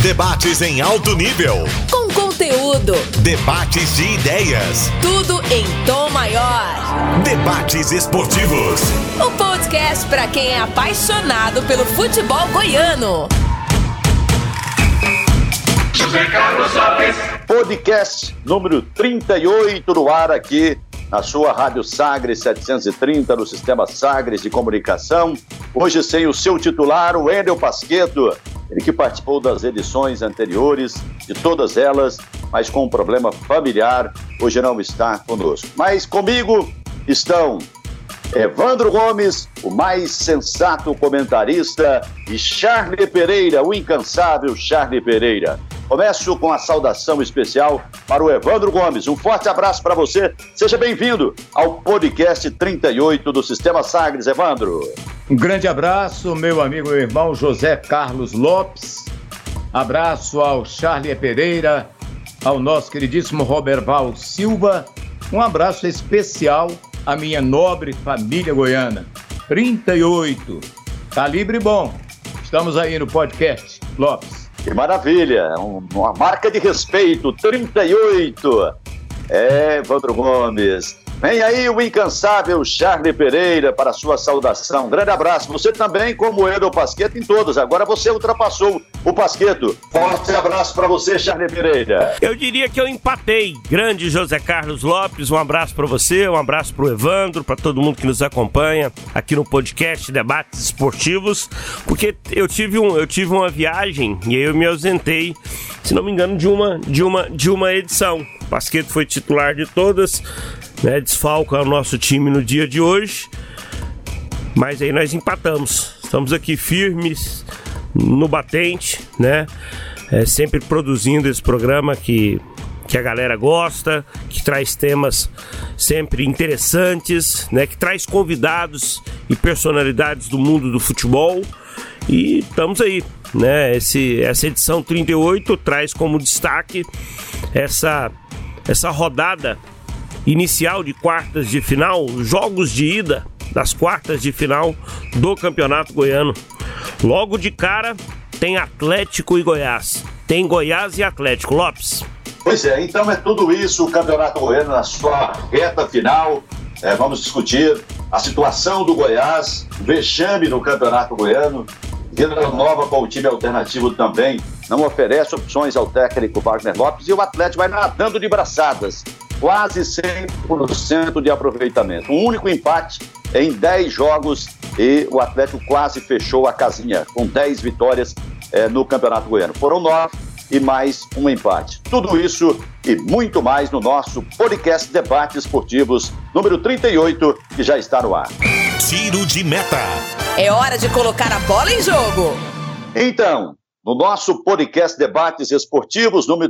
Debates em alto nível. Com conteúdo. Debates de ideias. Tudo em tom maior. Debates esportivos. O podcast para quem é apaixonado pelo futebol goiano. José Carlos Lopes. Podcast número 38 no ar aqui na sua Rádio Sagres 730, no Sistema Sagres de Comunicação. Hoje sem o seu titular, o Wendel Pasquetto, ele que participou das edições anteriores, de todas elas, mas com um problema familiar, hoje não está conosco. Mas comigo estão Evandro Gomes, o mais sensato comentarista, e Charlie Pereira, o incansável Charlie Pereira. Começo com a saudação especial para o Evandro Gomes. Um forte abraço para você. Seja bem-vindo ao podcast 38 do Sistema Sagres, Evandro. Um grande abraço, meu amigo e irmão José Carlos Lopes. Abraço ao Charlie Pereira, ao nosso queridíssimo Roberval Silva. Um abraço especial à minha nobre família goiana. 38, calibre bom. Estamos aí no podcast, Lopes. Que maravilha, uma marca de respeito, 38. Evandro Gomes. Vem aí o incansável Charlie Pereira para a sua saudação. Um grande abraço. Você também, como o Wendel Pasquetto, em todas. Agora você ultrapassou o Pasquetto. Forte abraço para você, Charlie Pereira. Eu diria que eu empatei. Grande José Carlos Lopes, um abraço para você, um abraço para o Evandro, para todo mundo que nos acompanha aqui no podcast Debates Esportivos, porque eu tive uma viagem e aí eu me ausentei, se não me engano, de uma edição. O Pasquetto foi titular de todas, né, desfalca o nosso time no dia de hoje, mas aí nós empatamos. Estamos aqui firmes no batente, né? Sempre produzindo esse programa que a galera gosta, que traz temas sempre interessantes, né? Que traz convidados e personalidades do mundo do futebol. E estamos aí, né? Essa edição 38 traz como destaque essa rodada inicial de quartas de final, jogos de ida das quartas de final do Campeonato Goiano. Logo de cara tem Atlético e Goiás. Tem Goiás e Atlético. Lopes. Pois é, então é tudo isso, o Campeonato Goiano na sua reta final. Vamos discutir a situação do Goiás, o vexame no Campeonato Goiano. Vila Nova com o time alternativo também não oferece opções ao técnico Wagner Lopes e o Atlético vai nadando de braçadas. Quase 100% de aproveitamento. Um único empate em 10 jogos e o Atlético quase fechou a casinha com 10 vitórias no Campeonato Goiano. Foram 9 e mais um empate. Tudo isso e muito mais no nosso podcast Debates Esportivos número 38, que já está no ar. Tiro de meta. É hora de colocar a bola em jogo. Então, no nosso podcast Debates Esportivos número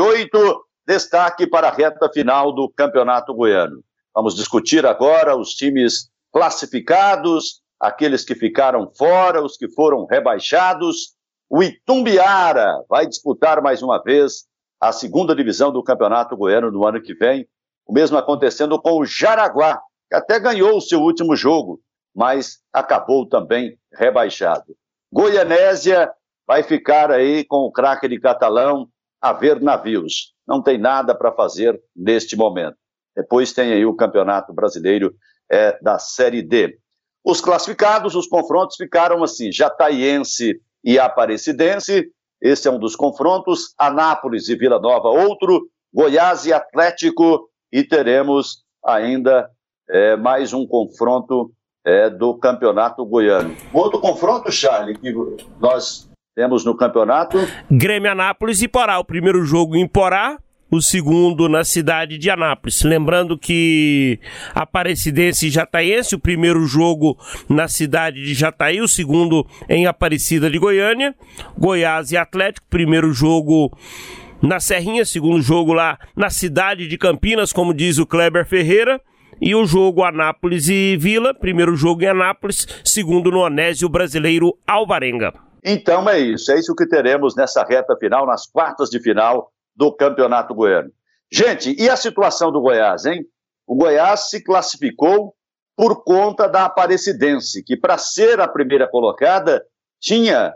38, destaque para a reta final do Campeonato Goiano. Vamos discutir agora os times classificados, aqueles que ficaram fora, os que foram rebaixados. O Itumbiara vai disputar mais uma vez a segunda divisão do Campeonato Goiano no ano que vem. O mesmo acontecendo com o Jaraguá, que até ganhou o seu último jogo, mas acabou também rebaixado. Goianésia vai ficar aí com o craque de Catalão a ver navios. Não tem nada para fazer neste momento. Depois tem aí o Campeonato Brasileiro da Série D. Os classificados, os confrontos ficaram assim: Jataiense e Aparecidense, esse é um dos confrontos, Anápolis e Vila Nova outro, Goiás e Atlético, e teremos ainda mais um confronto do Campeonato Goiano. Outro confronto, Charlie, que nós temos no campeonato: Grêmio, Anápolis e Porá. O primeiro jogo em Porá, o segundo na cidade de Anápolis. Lembrando que Aparecidense e Jataiense, o primeiro jogo na cidade de Jataí, o segundo em Aparecida de Goiânia. Goiás e Atlético, primeiro jogo na Serrinha, segundo jogo lá na cidade de Campinas, como diz o Kleber Ferreira. E o jogo Anápolis e Vila, primeiro jogo em Anápolis, segundo no Onésio Brasileiro Alvarenga. Então é isso que teremos nessa reta final, nas quartas de final do Campeonato Goiano. Gente, e a situação do Goiás, hein? O Goiás se classificou por conta da Aparecidense, que para ser a primeira colocada tinha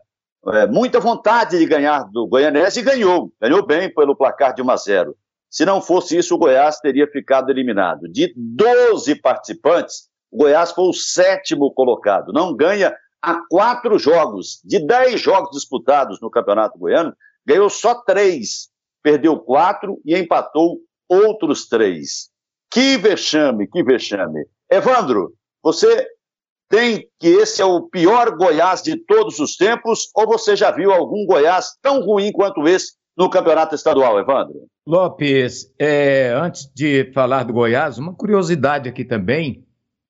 muita vontade de ganhar do Goianese e ganhou bem pelo placar de 1-0. Se não fosse isso, o Goiás teria ficado eliminado. De 12 participantes, o Goiás foi o 7º colocado, não ganha há 4 jogos. De 10 jogos disputados no Campeonato Goiano, ganhou só 3, perdeu 4 e empatou outros 3. Que vexame, que vexame. Evandro, você tem que esse é o pior Goiás de todos os tempos, ou você já viu algum Goiás tão ruim quanto esse no Campeonato Estadual, Evandro? Lopes, antes de falar do Goiás, uma curiosidade aqui também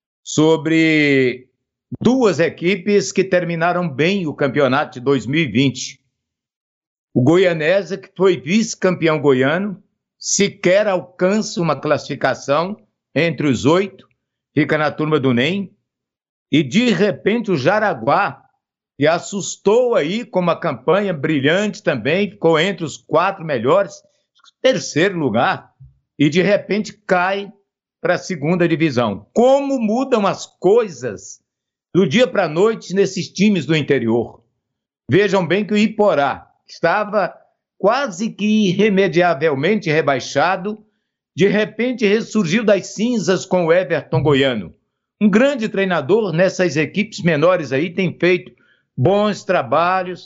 sobre 2 equipes que terminaram bem o campeonato de 2020. O Goianese, que foi vice-campeão goiano, sequer alcança uma classificação entre os 8, fica na turma do NEM, e de repente o Jaraguá, que assustou aí com uma campanha brilhante também, ficou entre os 4 melhores, 3º lugar, e de repente cai para a 2ª divisão. Como mudam as coisas do dia para a noite nesses times do interior. Vejam bem que o Iporá estava quase que irremediavelmente rebaixado, de repente ressurgiu das cinzas com o Everton Goiano. Um grande treinador nessas equipes menores aí tem feito bons trabalhos,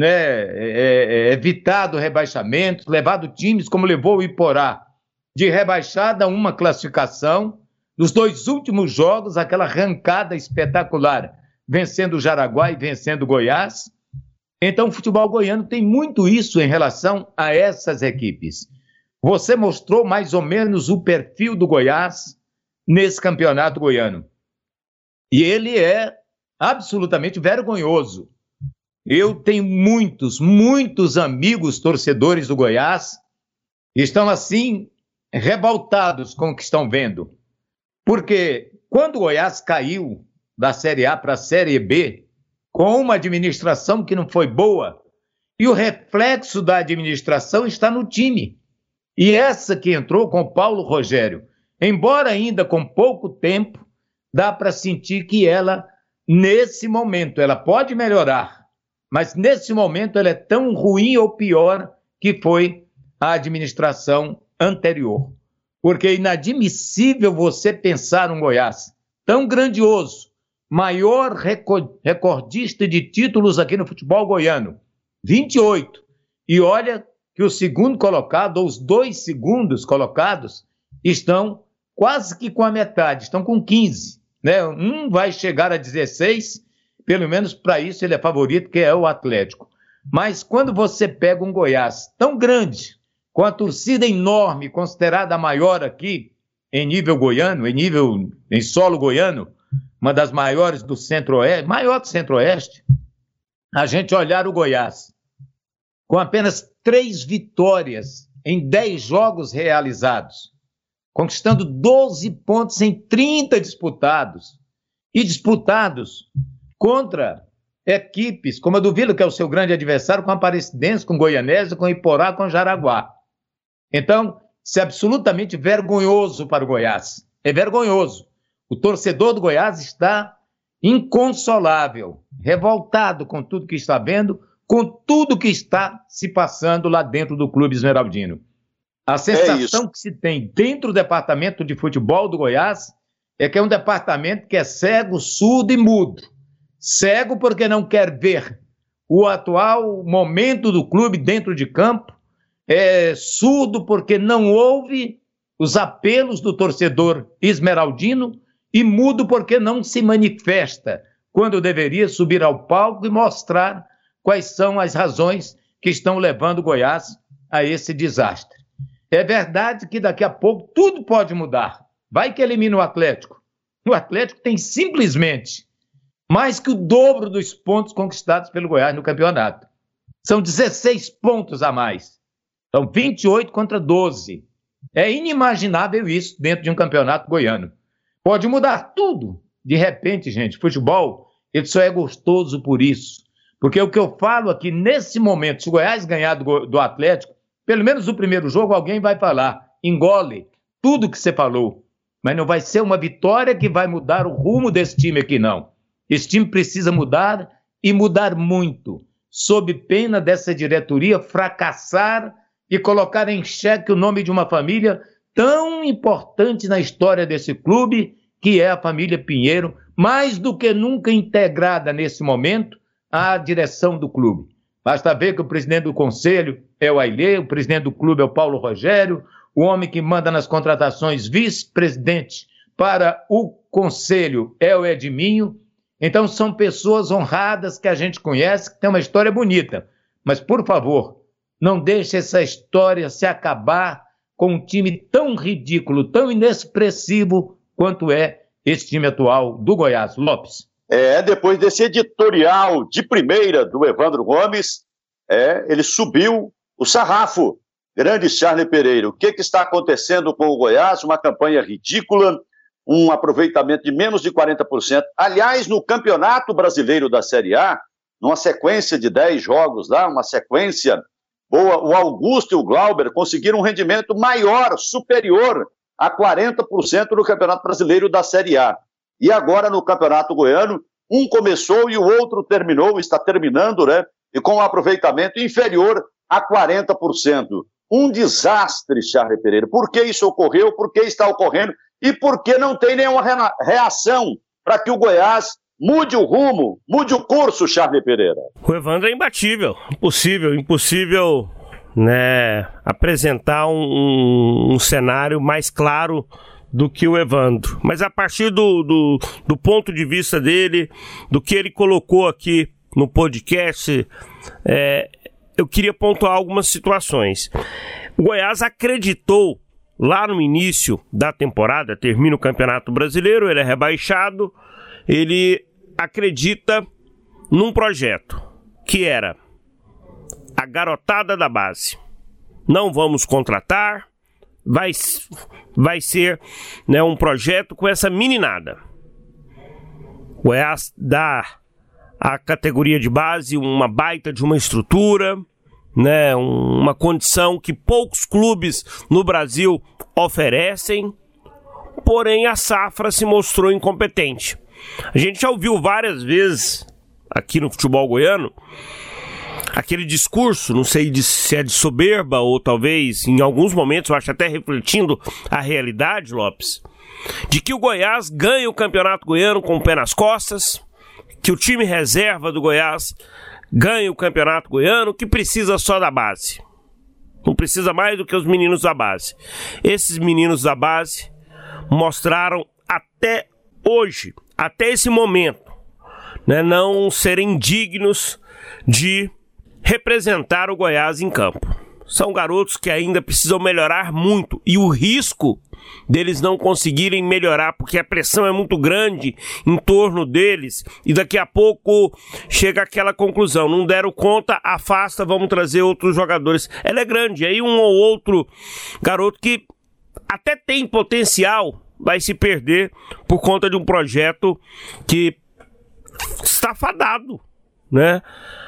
né? Evitado rebaixamentos, levado times como levou o Iporá de rebaixada a uma classificação. Nos 2 últimos jogos, aquela arrancada espetacular, vencendo o Jaraguá e vencendo o Goiás. Então, o futebol goiano tem muito isso em relação a essas equipes. Você mostrou mais ou menos o perfil do Goiás nesse campeonato goiano. E ele é absolutamente vergonhoso. Eu tenho muitos amigos torcedores do Goiás que estão, assim, revoltados com o que estão vendo. Porque quando o Goiás caiu da Série A para a Série B, com uma administração que não foi boa, e o reflexo da administração está no time. E essa que entrou com o Paulo Rogério, embora ainda com pouco tempo, dá para sentir que ela, nesse momento, ela pode melhorar, mas nesse momento ela é tão ruim ou pior que foi a administração anterior. Porque é inadmissível você pensar um Goiás tão grandioso, maior recordista de títulos aqui no futebol goiano, 28. E olha que o 2º colocado, ou os 2 segundos colocados, estão quase que com a metade, estão com 15. Né? Um vai chegar a 16, pelo menos para isso ele é favorito, que é o Atlético. Mas quando você pega um Goiás tão grande, com a torcida enorme, considerada a maior aqui, em nível goiano, em solo goiano, uma das maiores do Centro-Oeste, maior do Centro-Oeste, a gente olhar o Goiás, com apenas 3 vitórias em 10 jogos realizados, conquistando 12 pontos em 30 disputados, e disputados contra equipes como a do Vila, que é o seu grande adversário, com a Aparecidense, com o Goianese, com o Iporá, com o Jaraguá. Então, isso é absolutamente vergonhoso para o Goiás. É vergonhoso. O torcedor do Goiás está inconsolável, revoltado com tudo que está vendo, com tudo que está se passando lá dentro do Clube Esmeraldino. A sensação que se tem dentro do departamento de futebol do Goiás é que é um departamento que é cego, surdo e mudo. Cego porque não quer ver o atual momento do clube dentro de campo, é surdo porque não ouve os apelos do torcedor esmeraldino e mudo porque não se manifesta quando deveria subir ao palco e mostrar quais são as razões que estão levando o Goiás a esse desastre. É verdade que daqui a pouco tudo pode mudar. Vai que elimina o Atlético. O Atlético tem simplesmente mais que o dobro dos pontos conquistados pelo Goiás no campeonato. São 16 pontos a mais. São 28 contra 12. É inimaginável isso dentro de um campeonato goiano. Pode mudar tudo. De repente, gente, futebol, ele só é gostoso por isso. Porque o que eu falo aqui, nesse momento, se o Goiás ganhar do Atlético, pelo menos no primeiro jogo, alguém vai falar, engole tudo que você falou. Mas não vai ser uma vitória que vai mudar o rumo desse time aqui, não. Esse time precisa mudar e mudar muito. sob pena dessa diretoria fracassar e colocar em xeque o nome de uma família tão importante na história desse clube, que é a família Pinheiro, mais do que nunca integrada nesse momento à direção do clube. Basta ver que o presidente do conselho é o Ailê, o presidente do clube é o Paulo Rogério, o homem que manda nas contratações, vice-presidente para o conselho, é o Edminho. Então são pessoas honradas que a gente conhece, que tem uma história bonita. Mas, por favor, não deixe essa história se acabar com um time tão ridículo, tão inexpressivo quanto é esse time atual do Goiás. Lopes. Depois desse editorial de primeira do Evandro Gomes, ele subiu o sarrafo. Grande Charlie Pereira, o que está acontecendo com o Goiás? Uma campanha ridícula, um aproveitamento de menos de 40%. Aliás, no Campeonato Brasileiro da Série A, numa sequência de 10 jogos lá, uma sequência boa, o Augusto e o Glauber conseguiram um rendimento maior, superior a 40% no Campeonato Brasileiro da Série A. E agora no Campeonato Goiano, um começou e o outro terminou, está terminando, né? E com um aproveitamento inferior a 40%. Um desastre, Charlie Pereira. Por que isso ocorreu? Por que está ocorrendo? E por que não tem nenhuma reação para que o Goiás mude o rumo, mude o curso, Charlie Pereira? O Evandro é imbatível. Impossível, né, apresentar um cenário mais claro do que o Evandro. Mas a partir do ponto de vista dele, do que ele colocou aqui no podcast, eu queria pontuar algumas situações. O Goiás acreditou lá no início da temporada, termina o Campeonato Brasileiro, ele é rebaixado, ele acredita num projeto que era a garotada da base. Não vamos contratar, vai ser, né, um projeto com essa meninada. O Goiás dá à categoria de base uma baita de uma estrutura, né, uma condição que poucos clubes no Brasil oferecem, porém a safra se mostrou incompetente. A gente já ouviu várias vezes aqui no futebol goiano aquele discurso, não sei se é de soberba ou talvez em alguns momentos, eu acho até refletindo a realidade, Lopes, de que o Goiás ganha o Campeonato Goiano com o pé nas costas, que o time reserva do Goiás ganha o Campeonato Goiano, que precisa só da base. Não precisa mais do que os meninos da base. Esses meninos da base mostraram até hoje, até esse momento, né, não serem dignos de representar o Goiás em campo. São garotos que ainda precisam melhorar muito e o risco deles não conseguirem melhorar porque a pressão é muito grande em torno deles e daqui a pouco chega aquela conclusão, não deram conta, afasta, vamos trazer outros jogadores. Ela é grande, aí um ou outro garoto que até tem potencial vai se perder por conta de um projeto que está fadado, né,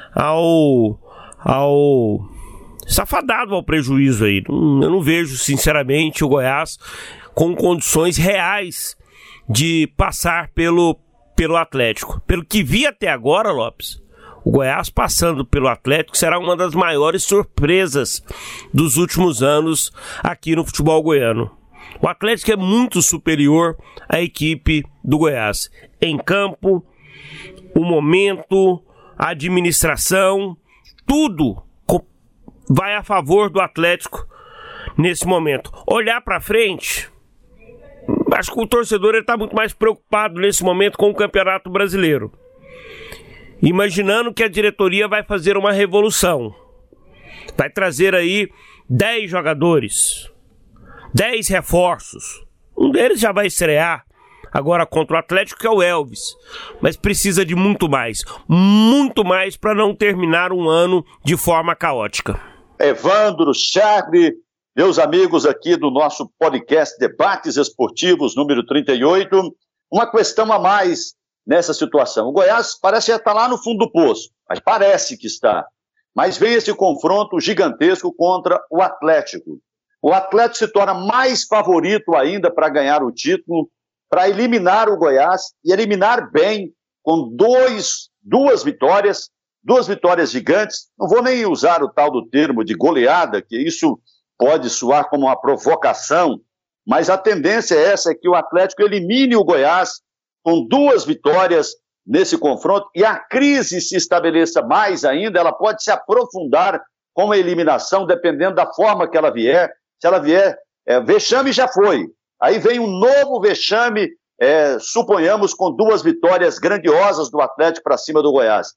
está fadado ao prejuízo aí. Eu não vejo, sinceramente, o Goiás com condições reais de passar pelo Atlético. Pelo que vi até agora, Lopes, o Goiás passando pelo Atlético será uma das maiores surpresas dos últimos anos aqui no futebol goiano. O Atlético é muito superior à equipe do Goiás. Em campo, o momento, a administração, tudo vai a favor do Atlético nesse momento. Olhar para frente, acho que o torcedor está muito mais preocupado nesse momento com o Campeonato Brasileiro, imaginando que a diretoria vai fazer uma revolução, vai trazer aí 10 jogadores, 10 reforços, um deles já vai estrear agora contra o Atlético, que é o Elvis, mas precisa de muito mais para não terminar um ano de forma caótica. Evandro, Charlie, meus amigos aqui do nosso podcast Debates Esportivos, número 38, uma questão a mais nessa situação. O Goiás parece já estar lá no fundo do poço, mas parece que está. Mas vem esse confronto gigantesco contra o Atlético. O Atlético se torna mais favorito ainda para ganhar o título, para eliminar o Goiás e eliminar bem, com duas vitórias 2 vitórias gigantes, não vou nem usar o tal do termo de goleada, que isso pode soar como uma provocação, mas a tendência é essa, é que o Atlético elimine o Goiás com 2 vitórias nesse confronto e a crise se estabeleça mais ainda, ela pode se aprofundar com a eliminação, dependendo da forma que ela vier. Se ela vier, vexame já foi. Aí vem um novo vexame, suponhamos, com 2 vitórias grandiosas do Atlético para cima do Goiás.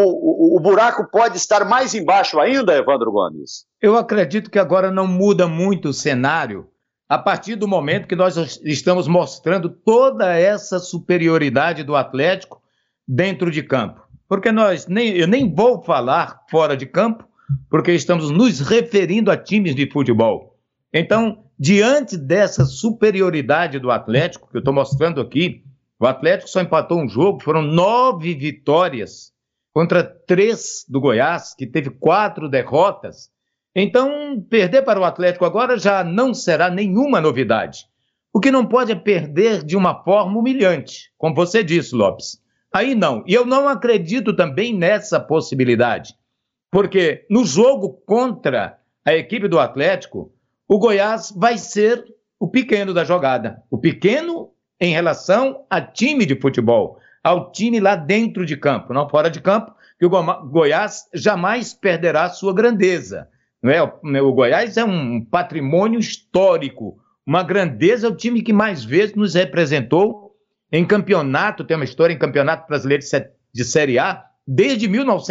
O buraco pode estar mais embaixo ainda, Evandro Gomes? Eu acredito que agora não muda muito o cenário a partir do momento que nós estamos mostrando toda essa superioridade do Atlético dentro de campo. Porque eu nem vou falar fora de campo, porque estamos nos referindo a times de futebol. Então, diante dessa superioridade do Atlético, que eu estou mostrando aqui, o Atlético só empatou um jogo, foram 9 vitórias contra 3 do Goiás, que teve 4 derrotas. Então, perder para o Atlético agora já não será nenhuma novidade. O que não pode é perder de uma forma humilhante, como você disse, Lopes. Aí não. E eu não acredito também nessa possibilidade, porque no jogo contra a equipe do Atlético, o Goiás vai ser o pequeno da jogada. O pequeno em relação a time de futebol, ao time lá dentro de campo, não fora de campo, que o Goiás jamais perderá sua grandeza. Não é? O Goiás é um patrimônio histórico, uma grandeza, é o time que mais vezes nos representou em campeonato, tem uma história em campeonato brasileiro de Série A desde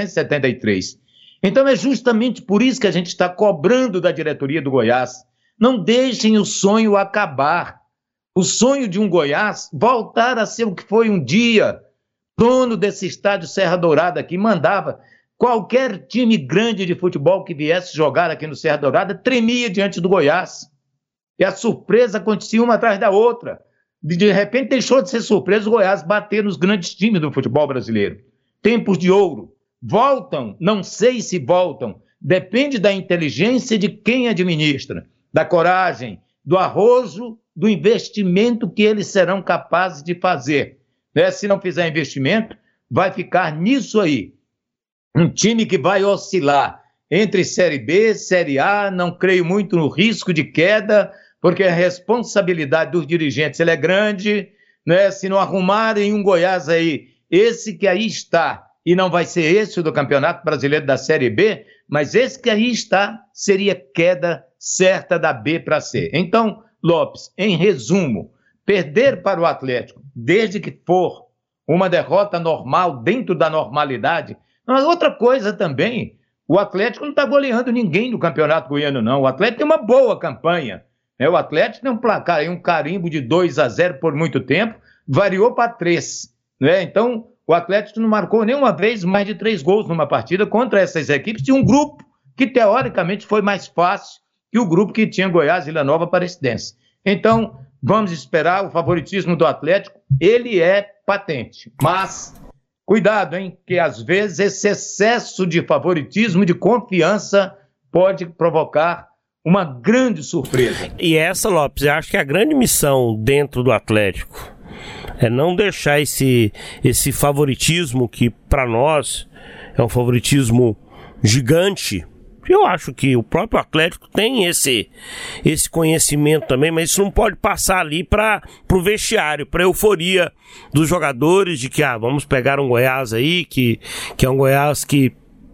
1973. Então é justamente por isso que a gente está cobrando da diretoria do Goiás. Não deixem o sonho acabar. O sonho de um Goiás voltar a ser o que foi um dia, dono desse estádio Serra Dourada, que mandava qualquer time grande de futebol que viesse jogar aqui no Serra Dourada, tremia diante do Goiás. E a surpresa acontecia uma atrás da outra. De repente deixou de ser surpresa o Goiás bater nos grandes times do futebol brasileiro. Tempos de ouro. Voltam? Não sei se voltam. Depende da inteligência de quem administra, da coragem, do arrojo, do investimento que eles serão capazes de fazer. Se não fizer investimento, vai ficar nisso aí. Um time que vai oscilar entre Série B, Série A, não creio muito no risco de queda, porque a responsabilidade dos dirigentes ela é grande, né? Se não arrumarem um Goiás aí, esse que aí está, e não vai ser esse do Campeonato Brasileiro da Série B, mas esse que aí está seria queda certa da B para C. Então, Lopes, em resumo, perder para o Atlético, desde que for uma derrota normal, dentro da normalidade. Mas outra coisa também, o Atlético não está goleando ninguém no Campeonato Goiano, não. O Atlético tem uma boa campanha. O Atlético tem um placar, um carimbo de 2-0 por muito tempo, variou para 3. Então, o Atlético não marcou nenhuma vez mais de 3 gols numa partida contra essas equipes de um grupo que, teoricamente, foi mais fácil que o grupo que tinha Goiás, Vila Nova, Aparecidense. Então, vamos esperar. O favoritismo do Atlético, ele é patente. Mas, cuidado, hein, que às vezes esse excesso de favoritismo, de confiança, pode provocar uma grande surpresa. E essa, Lopes, eu acho que a grande missão dentro do Atlético é não deixar esse favoritismo que, para nós, é um favoritismo gigante. Eu acho que o próprio Atlético tem esse conhecimento também, mas isso não pode passar ali para o vestiário, para a euforia dos jogadores de que vamos pegar um Goiás aí, que é um Goiás que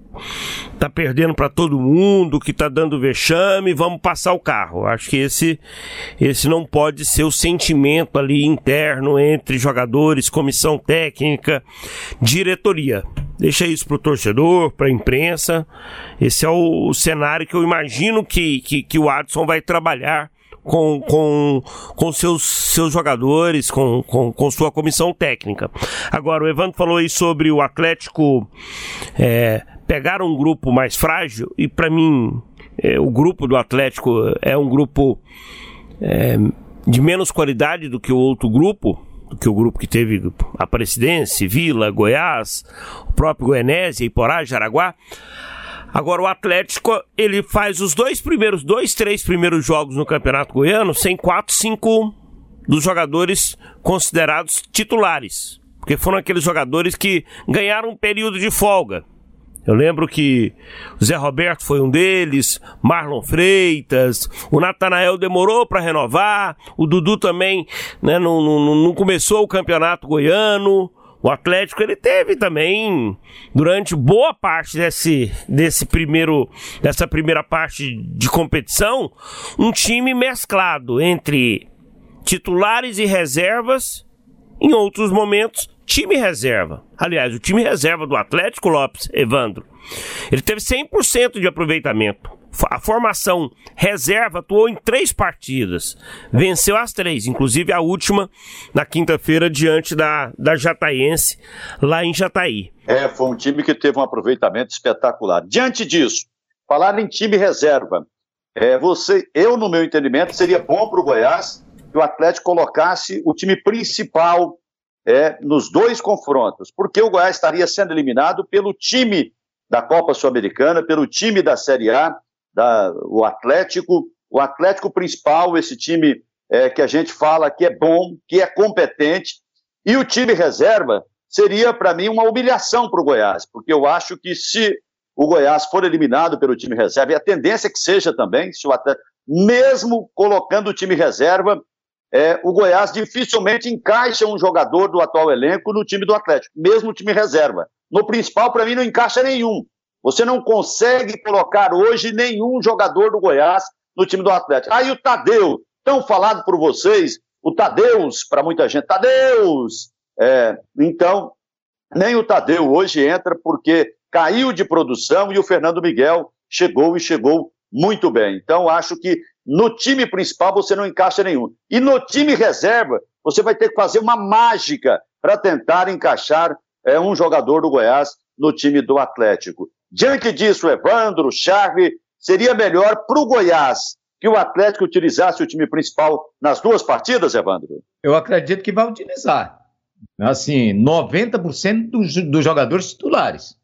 tá perdendo para todo mundo, que tá dando vexame, vamos passar o carro. Acho que esse não pode ser o sentimento ali interno entre jogadores, comissão técnica, diretoria. Deixa isso pro torcedor, pra imprensa. Esse é o cenário que eu imagino que o Adson vai trabalhar com seus jogadores, com sua comissão técnica. Agora, o Evandro falou aí sobre o Atlético pegar um grupo mais frágil, e para mim o grupo do Atlético é um grupo de menos qualidade do que o outro grupo, do que o grupo que teve Aparecidense, Vila, Goiás, o próprio Goianésia, Iporá, Jaraguá. Agora o Atlético, ele faz os 3 primeiros jogos no Campeonato Goiano sem 4, 5 dos jogadores considerados titulares, porque foram aqueles jogadores que ganharam um período de folga. Eu lembro que o Zé Roberto foi um deles, Marlon Freitas, o Natanael demorou para renovar, o Dudu também, né, não começou o campeonato goiano. O Atlético, ele teve também, durante boa parte dessa primeira parte de competição, um time mesclado entre titulares e reservas, em outros momentos, time reserva. Aliás, o time reserva do Atlético, Lopes, Evandro, ele teve 100% de aproveitamento. A formação reserva atuou em 3 partidas, venceu as 3, inclusive a última na quinta-feira diante da Jataiense, lá em Jataí. Foi um time que teve um aproveitamento espetacular. Diante disso, falar em time reserva, eu, no meu entendimento, seria bom para o Goiás que o Atlético colocasse o time principal nos 2 confrontos, porque o Goiás estaria sendo eliminado pelo time da Copa Sul-Americana, pelo time da Série A, o Atlético principal, esse time que a gente fala que é bom, que é competente, e o time reserva seria, para mim, uma humilhação para o Goiás, porque eu acho que se o Goiás for eliminado pelo time reserva, e a tendência é que seja também, se o Atlético, mesmo colocando o time reserva, o Goiás dificilmente encaixa um jogador do atual elenco no time do Atlético, mesmo o time reserva. No principal, para mim, não encaixa nenhum. Você não consegue colocar hoje nenhum jogador do Goiás no time do Atlético. E o Tadeu, tão falado por vocês, o Tadeus, para muita gente, Tadeus! Então, nem o Tadeu hoje entra porque caiu de produção e o Fernando Miguel chegou muito bem. Então, acho que no time principal você não encaixa nenhum. E no time reserva, você vai ter que fazer uma mágica para tentar encaixar um jogador do Goiás no time do Atlético. Diante disso, Evandro, Charlie, seria melhor para o Goiás que o Atlético utilizasse o time principal nas 2 partidas, Evandro? Eu acredito que vai utilizar. Assim, 90% dos jogadores titulares.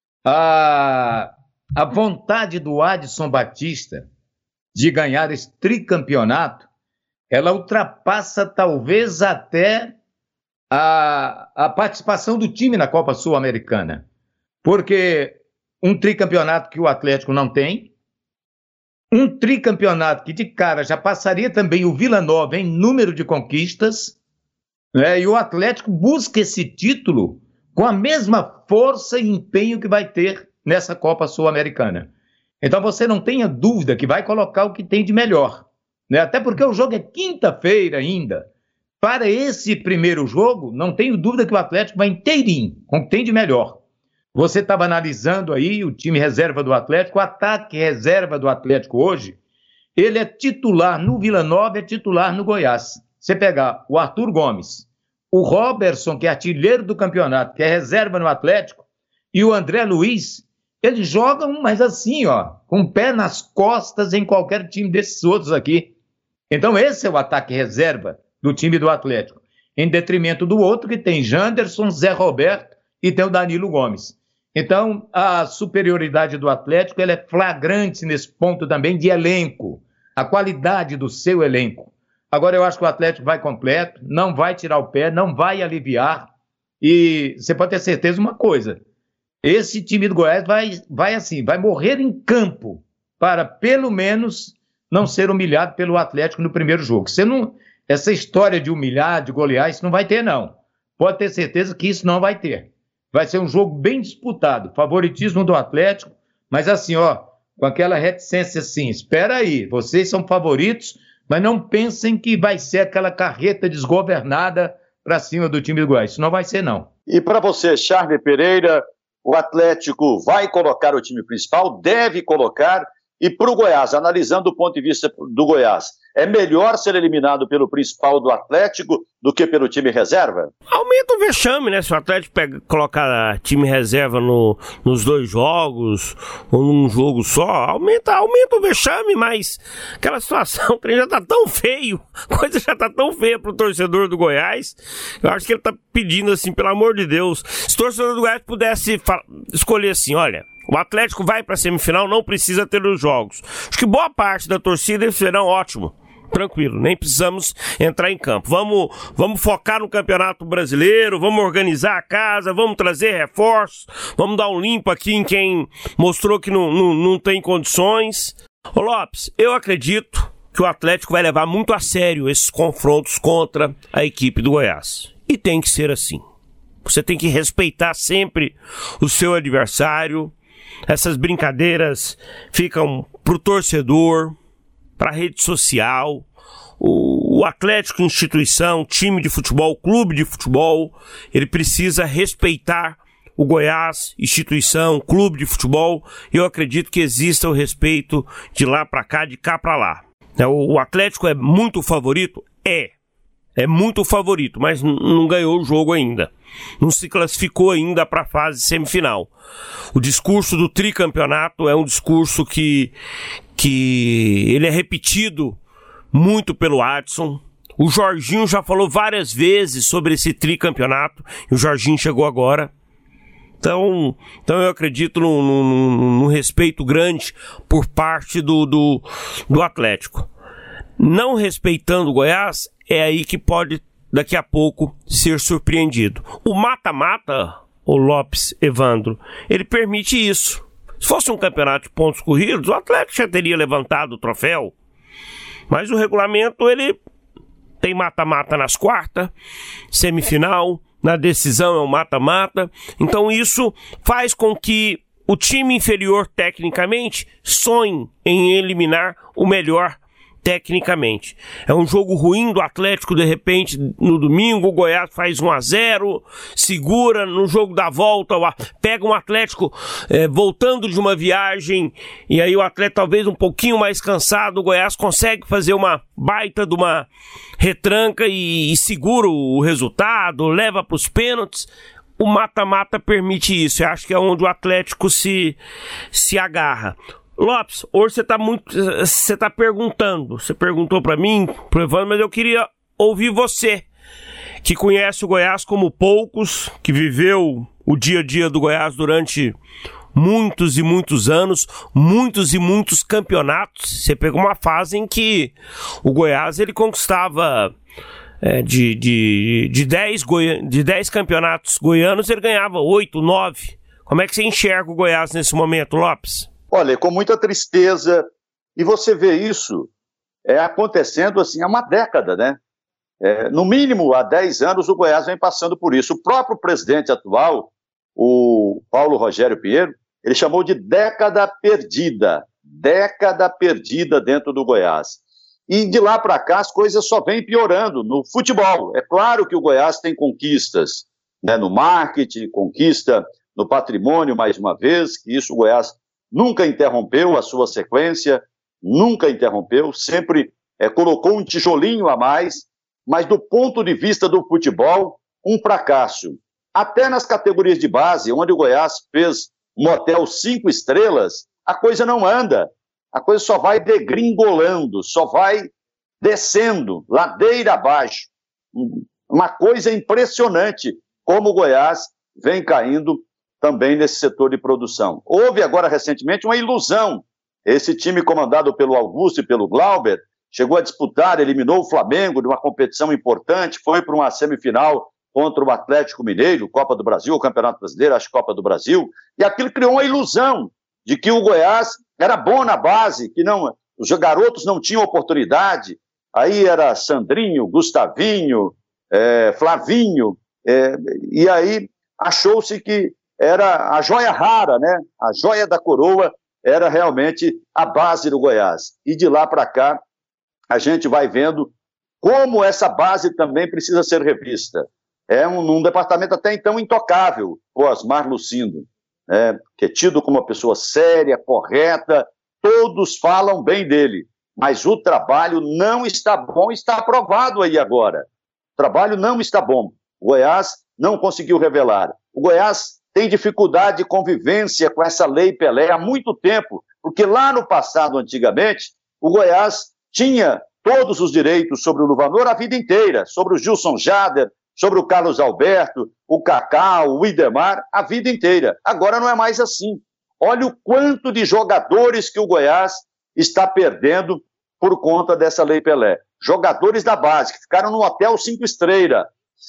A vontade do Adson Batista de ganhar esse tricampeonato, ela ultrapassa talvez até a participação do time na Copa Sul-Americana. Porque um tricampeonato que o Atlético não tem, um tricampeonato que de cara já passaria também o Vila Nova em número de conquistas, e o Atlético busca esse título com a mesma força e empenho que vai ter nessa Copa Sul-Americana. Então você não tenha dúvida que vai colocar o que tem de melhor, até porque o jogo é quinta-feira ainda. Para esse primeiro jogo, não tenho dúvida que o Atlético vai inteirinho, com o que tem de melhor. Você estava analisando aí o time reserva do Atlético, o ataque reserva do Atlético hoje, ele é titular no Vila Nova, é titular no Goiás. Você pegar o Arthur Gomes, o Robertson, que é artilheiro do campeonato, que é reserva no Atlético, e o André Luiz, eles jogam, mas assim, com o pé nas costas em qualquer time desses outros aqui. Então esse é o ataque reserva do time do Atlético, em detrimento do outro que tem Janderson, Zé Roberto e tem o Danilo Gomes. Então, a superioridade do Atlético ela é flagrante nesse ponto também de elenco, a qualidade do seu elenco. Agora, eu acho que o Atlético vai completo, não vai tirar o pé, não vai aliviar, e você pode ter certeza de uma coisa, esse time do Goiás vai morrer em campo para, pelo menos, não ser humilhado pelo Atlético no primeiro jogo. Essa história de humilhar, de golear, isso não vai ter, não. Pode ter certeza que isso não vai ter. Vai ser um jogo bem disputado, favoritismo do Atlético, mas assim, com aquela reticência assim, espera aí, vocês são favoritos, mas não pensem que vai ser aquela carreta desgovernada para cima do time do Goiás. Isso não vai ser, não. E para você, Charlie Pereira, o Atlético vai colocar o time principal, deve colocar, e para o Goiás, analisando o ponto de vista do Goiás, é melhor ser eliminado pelo principal do Atlético do que pelo time reserva? Aumenta o vexame, né? Se o Atlético colocar time reserva nos 2 jogos ou num jogo só, aumenta o vexame, mas aquela situação, o trem já tá tão feio, a coisa já tá tão feia pro torcedor do Goiás, eu acho que ele tá pedindo assim, pelo amor de Deus, se o torcedor do Goiás pudesse escolher assim, olha, o Atlético vai para a semifinal, não precisa ter os jogos. Acho que boa parte da torcida serão ótimo. tranquilo, nem precisamos entrar em campo. Vamos focar no Campeonato Brasileiro, vamos organizar a casa, vamos trazer reforços, vamos dar um limpo aqui em quem mostrou que não tem condições. Ô Lopes, eu acredito que o Atlético vai levar muito a sério esses confrontos contra a equipe do Goiás. E tem que ser assim. Você tem que respeitar sempre o seu adversário. Essas brincadeiras ficam pro torcedor, para a rede social. O Atlético, instituição, time de futebol, clube de futebol, ele precisa respeitar o Goiás, instituição, clube de futebol. Eu acredito que exista o respeito de lá para cá, de cá para lá. O Atlético é muito favorito? É muito favorito, mas não ganhou o jogo ainda. Não se classificou ainda para a fase semifinal. O discurso do tricampeonato é um discurso que ele é repetido muito pelo Adson. O Jorginho já falou várias vezes sobre esse tricampeonato, e o Jorginho chegou agora. Então eu acredito num respeito grande por parte do Atlético. Não respeitando o Goiás, é aí que pode, daqui a pouco, ser surpreendido. O mata-mata, o Lopes, Evandro, ele permite isso. Se fosse um campeonato de pontos corridos, o Atlético já teria levantado o troféu. Mas o regulamento, ele tem mata-mata nas quartas, semifinal, na decisão é um mata-mata. Então isso faz com que o time inferior, tecnicamente, sonhe em eliminar o melhor tecnicamente. É um jogo ruim do Atlético, de repente, no domingo, o Goiás faz 1-0, segura no jogo da volta, pega um Atlético voltando de uma viagem, e aí o Atlético talvez um pouquinho mais cansado, o Goiás consegue fazer uma baita de uma retranca e segura o resultado, leva para os pênaltis. O mata-mata permite isso, eu acho que é onde o Atlético se agarra. Lopes, hoje você tá perguntando, você perguntou para mim, pro Evandro, mas eu queria ouvir você, que conhece o Goiás como poucos, que viveu o dia a dia do Goiás durante muitos e muitos anos, muitos e muitos campeonatos. Você pegou uma fase em que o Goiás ele conquistava de 10 campeonatos goianos, ele ganhava 8, 9. Como é que você enxerga o Goiás nesse momento, Lopes? Olha, com muita tristeza, e você vê isso acontecendo assim há uma década, né? No mínimo, há 10 anos, o Goiás vem passando por isso. O próprio presidente atual, o Paulo Rogério Pinheiro, ele chamou de década perdida dentro do Goiás. E de lá para cá as coisas só vêm piorando no futebol. É claro que o Goiás tem conquistas, né, no marketing, conquista no patrimônio, mais uma vez, que isso o Goiás nunca interrompeu a sua sequência, nunca interrompeu, sempre colocou um tijolinho a mais, mas do ponto de vista do futebol, um fracasso. Até nas categorias de base, onde o Goiás fez um hotel 5 estrelas, a coisa não anda, a coisa só vai degringolando, só vai descendo, ladeira abaixo. Uma coisa impressionante, como o Goiás vem caindo também nesse setor de produção. Houve agora recentemente uma ilusão. Esse time comandado pelo Augusto e pelo Glauber chegou a disputar, eliminou o Flamengo de uma competição importante, foi para uma semifinal contra o Atlético Mineiro, Copa do Brasil, o Campeonato Brasileiro, acho que Copa do Brasil, e aquilo criou uma ilusão de que o Goiás era bom na base, que não, os garotos não tinham oportunidade. Aí era Sandrinho, Gustavinho, Flavinho, e aí achou-se que era a joia rara, né? A joia da coroa era realmente a base do Goiás. E de lá para cá, a gente vai vendo como essa base também precisa ser revista. Um departamento até então intocável, o Osmar Lucindo, que é tido como uma pessoa séria, correta, todos falam bem dele, mas o trabalho não está bom, está aprovado aí agora. O trabalho não está bom. O Goiás não conseguiu revelar. O Goiás tem dificuldade de convivência com essa lei Pelé há muito tempo, porque lá no passado, antigamente, o Goiás tinha todos os direitos sobre o Luvanor a vida inteira, sobre o Gilson Jader, sobre o Carlos Alberto, o Kaká, o Idemar, a vida inteira. Agora não é mais assim. Olha o quanto de jogadores que o Goiás está perdendo por conta dessa Lei Pelé. Jogadores da base que ficaram no hotel 5 estrelas,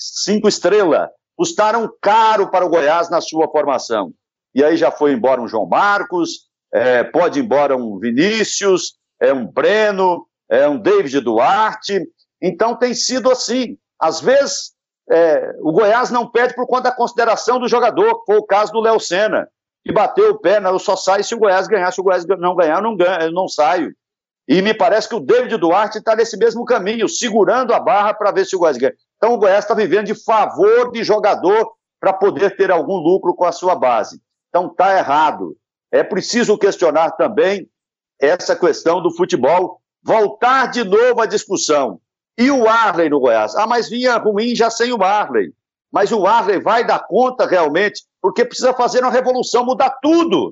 custaram caro para o Goiás na sua formação. E aí já foi embora um João Marcos, pode ir embora um Vinícius, um Breno, um David Duarte. Então tem sido assim. Às vezes o Goiás não perde por conta da consideração do jogador, que foi o caso do Léo Senna, que bateu o pé, eu só saio se o Goiás ganhar, se o Goiás não ganhar, eu não saio. E me parece que o David Duarte está nesse mesmo caminho, segurando a barra para ver se o Goiás ganha. Então o Goiás está vivendo de favor de jogador para poder ter algum lucro com a sua base. Então está errado. É preciso questionar também essa questão do futebol, voltar de novo à discussão. E o Arley no Goiás? Mas vinha ruim já sem o Arley. Mas o Arley vai dar conta realmente, porque precisa fazer uma revolução, mudar tudo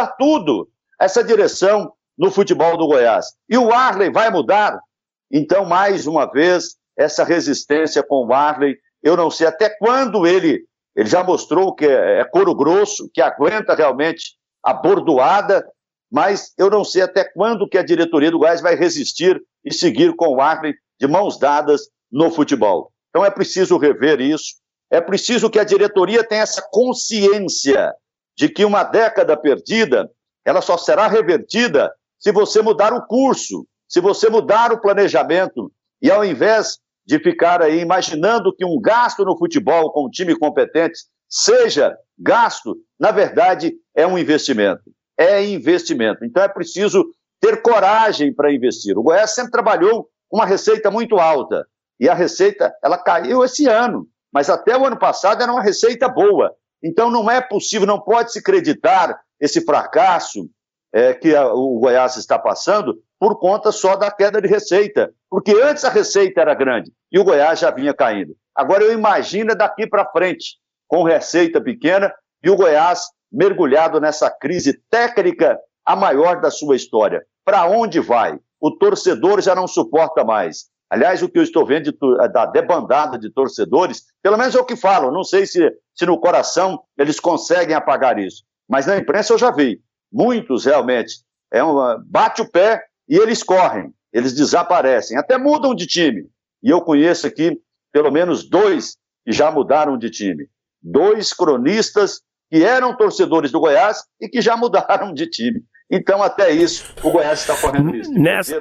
essa direção no futebol do Goiás. E o Arley vai mudar? Então, mais uma vez, essa resistência com o Arley, eu não sei até quando ele já mostrou que é couro grosso, que aguenta realmente a bordoada, mas eu não sei até quando que a diretoria do Goiás vai resistir e seguir com o Arley de mãos dadas no futebol. Então é preciso rever isso, é preciso que a diretoria tenha essa consciência de que uma década perdida, ela só será revertida se você mudar o curso, se você mudar o planejamento, e ao invés de ficar aí imaginando que um gasto no futebol com um time competente seja gasto, na verdade é um investimento. É investimento. Então é preciso ter coragem para investir. O Goiás sempre trabalhou com uma receita muito alta, e a receita ela caiu esse ano, mas até o ano passado era uma receita boa. Então não é possível, não pode se acreditar esse fracasso que o Goiás está passando por conta só da queda de receita, porque antes a receita era grande e o Goiás já vinha caindo. Agora eu imagino daqui para frente, com receita pequena e o Goiás mergulhado nessa crise técnica a maior da sua história. Para onde vai? O torcedor já não suporta mais. Aliás, o que eu estou vendo da debandada de torcedores, pelo menos é o que falam, não sei se no coração eles conseguem apagar isso, mas na imprensa eu já vi. Muitos realmente bate o pé e eles correm, eles desaparecem, até mudam de time. E eu conheço aqui pelo menos 2 que já mudaram de time. 2 cronistas que eram torcedores do Goiás e que já mudaram de time. Então, até isso, o Goiás está correndo risco.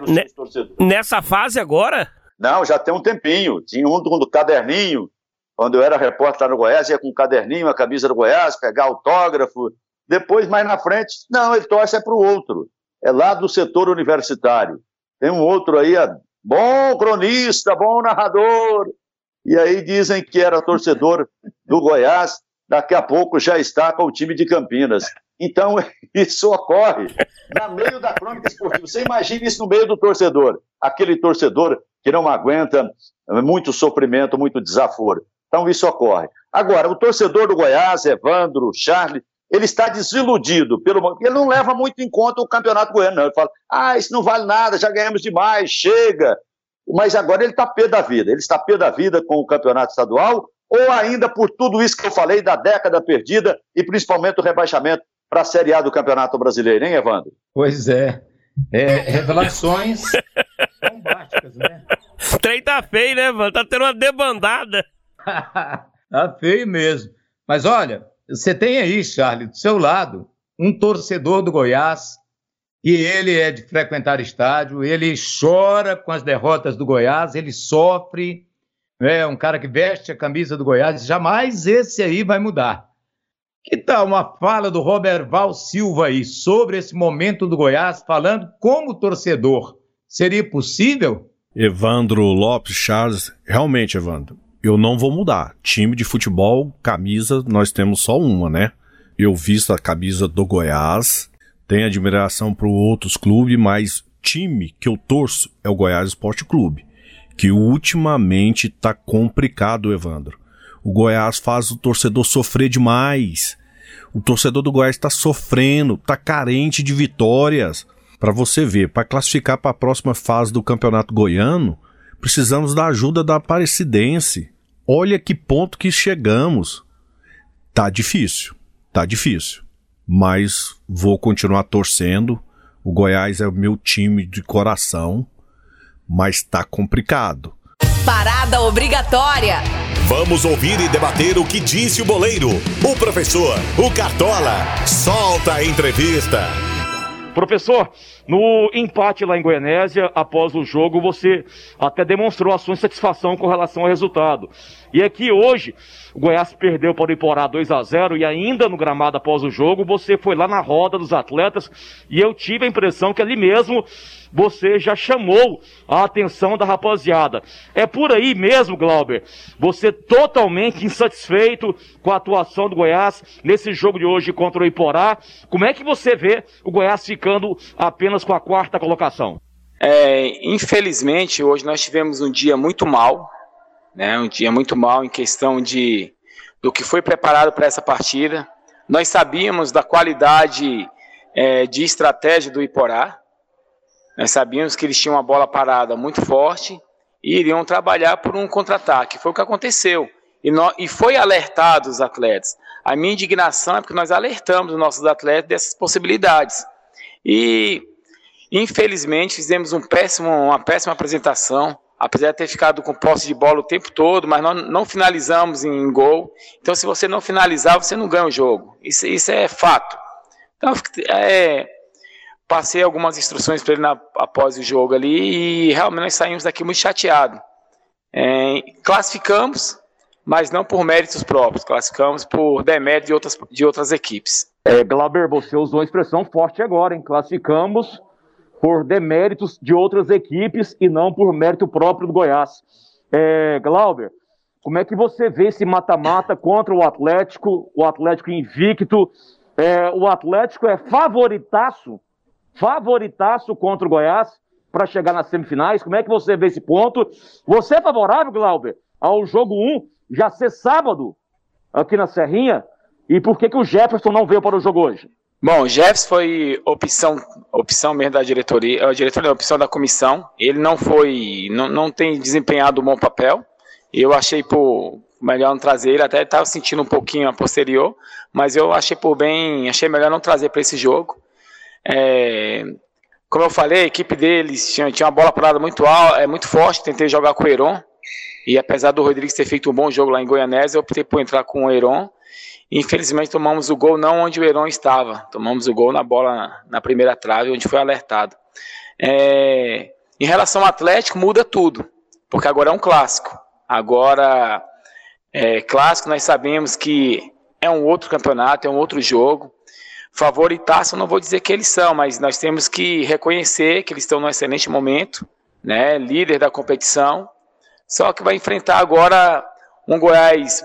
Nessa fase agora? Não, já tem um tempinho. Tinha um do caderninho, quando eu era repórter lá no Goiás, ia com um caderninho, a camisa do Goiás, pegar autógrafo. Depois, mais na frente, não, ele torce para o outro. É lá do setor universitário. Tem um outro aí, bom cronista, bom narrador. E aí dizem que era torcedor do Goiás, daqui a pouco já está com o time de Campinas. Então, isso ocorre no meio da crônica esportiva. Você imagina isso no meio do torcedor. Aquele torcedor que não aguenta muito sofrimento, muito desaforo. Então, isso ocorre. Agora, o torcedor do Goiás, Evandro, Charlie, ele está desiludido. Ele não leva muito em conta o campeonato goiano, não. Ele fala, isso não vale nada, já ganhamos demais, chega. Mas agora ele está pé da vida. Ele está pé da vida com o campeonato estadual ou ainda por tudo isso que eu falei da década perdida e principalmente o rebaixamento para a Série A do Campeonato Brasileiro, hein, Evandro? Pois é. Revelações bombásticas, né? O trem tá feio, né, Evandro? Tá tendo uma debandada. Tá feio mesmo. Mas olha, você tem aí, Charlie, do seu lado, um torcedor do Goiás, e ele é de frequentar estádio, ele chora com as derrotas do Goiás, ele sofre, é um cara que veste a camisa do Goiás, jamais esse aí vai mudar. Que tal uma fala do Roberval Silva aí sobre esse momento do Goiás, falando como torcedor? Seria possível? Evandro Lopes, Charles, realmente, Evandro, eu não vou mudar. Time de futebol, camisa, nós temos só uma, né? Eu visto a camisa do Goiás, tenho admiração por outros clubes, mas time que eu torço é o Goiás Esporte Clube, que ultimamente tá complicado, Evandro. O Goiás faz o torcedor sofrer demais. O torcedor do Goiás está sofrendo, está carente de vitórias. Para você ver, para classificar para a próxima fase do Campeonato Goiano, precisamos da ajuda da Aparecidense. Olha que ponto que chegamos. Tá difícil. Mas vou continuar torcendo. O Goiás é o meu time de coração. mas tá complicado. Parada obrigatória. Vamos ouvir e debater o que disse o boleiro, o professor, o Cartola. Solta a entrevista. Professor, no empate lá em Goianésia, após o jogo, você até demonstrou a sua insatisfação com relação ao resultado. E aqui hoje, o Goiás perdeu para o Iporá 2-0 e ainda no gramado após o jogo, você foi lá na roda dos atletas e eu tive a impressão que ali mesmo você já chamou a atenção da rapaziada. É por aí mesmo, Glauber? Você totalmente insatisfeito com a atuação do Goiás nesse jogo de hoje contra o Iporá. Como é que você vê o Goiás ficando apenas com a 4ª colocação? Infelizmente, hoje nós tivemos um dia muito mau, né? Um dia muito mau em questão do que foi preparado para essa partida. Nós sabíamos da qualidade de estratégia do Iporá. Nós sabíamos que eles tinham uma bola parada muito forte e iriam trabalhar por um contra-ataque. Foi o que aconteceu. E foi alertado os atletas. A minha indignação é porque nós alertamos os nossos atletas dessas possibilidades. E, infelizmente, fizemos uma péssima apresentação. Apesar de ter ficado com posse de bola o tempo todo, mas nós não finalizamos em gol. Então, se você não finalizar, você não ganha o jogo. Isso é fato. Então, passei algumas instruções para ele após o jogo ali e realmente nós saímos daqui muito chateados. Classificamos, mas não por méritos próprios, classificamos por demérito de outras equipes. Glauber, você usou uma expressão forte agora, hein? Classificamos por deméritos de outras equipes e não por mérito próprio do Goiás. Glauber, como é que você vê esse mata-mata contra o Atlético invicto? O Atlético é favoritaço contra o Goiás para chegar nas semifinais. Como é que você vê esse ponto? Você é favorável, Glauber, ao jogo 1 já ser sábado aqui na Serrinha? E por que o Jefferson não veio para o jogo hoje? Bom, o Jefferson foi opção mesmo da diretoria, opção da comissão. Ele não tem desempenhado um bom papel. Eu achei melhor não trazer ele, até estava sentindo um pouquinho a posterior, mas eu achei melhor não trazer para esse jogo. Como eu falei, a equipe deles tinha uma bola parada muito alta, muito forte, tentei jogar com o Heron, e apesar do Rodrigues ter feito um bom jogo lá em Goianésia, eu optei por entrar com o Heron. Infelizmente tomamos o gol não onde o Heron estava, tomamos o gol na bola na primeira trave, onde foi alertado. Em relação ao Atlético, muda tudo, porque agora é um clássico. Agora, clássico nós sabemos que é um outro campeonato, é um outro jogo. Favoritaço, eu não vou dizer que eles são, mas nós temos que reconhecer que eles estão num excelente momento, né? Líder da competição, só que vai enfrentar agora um Goiás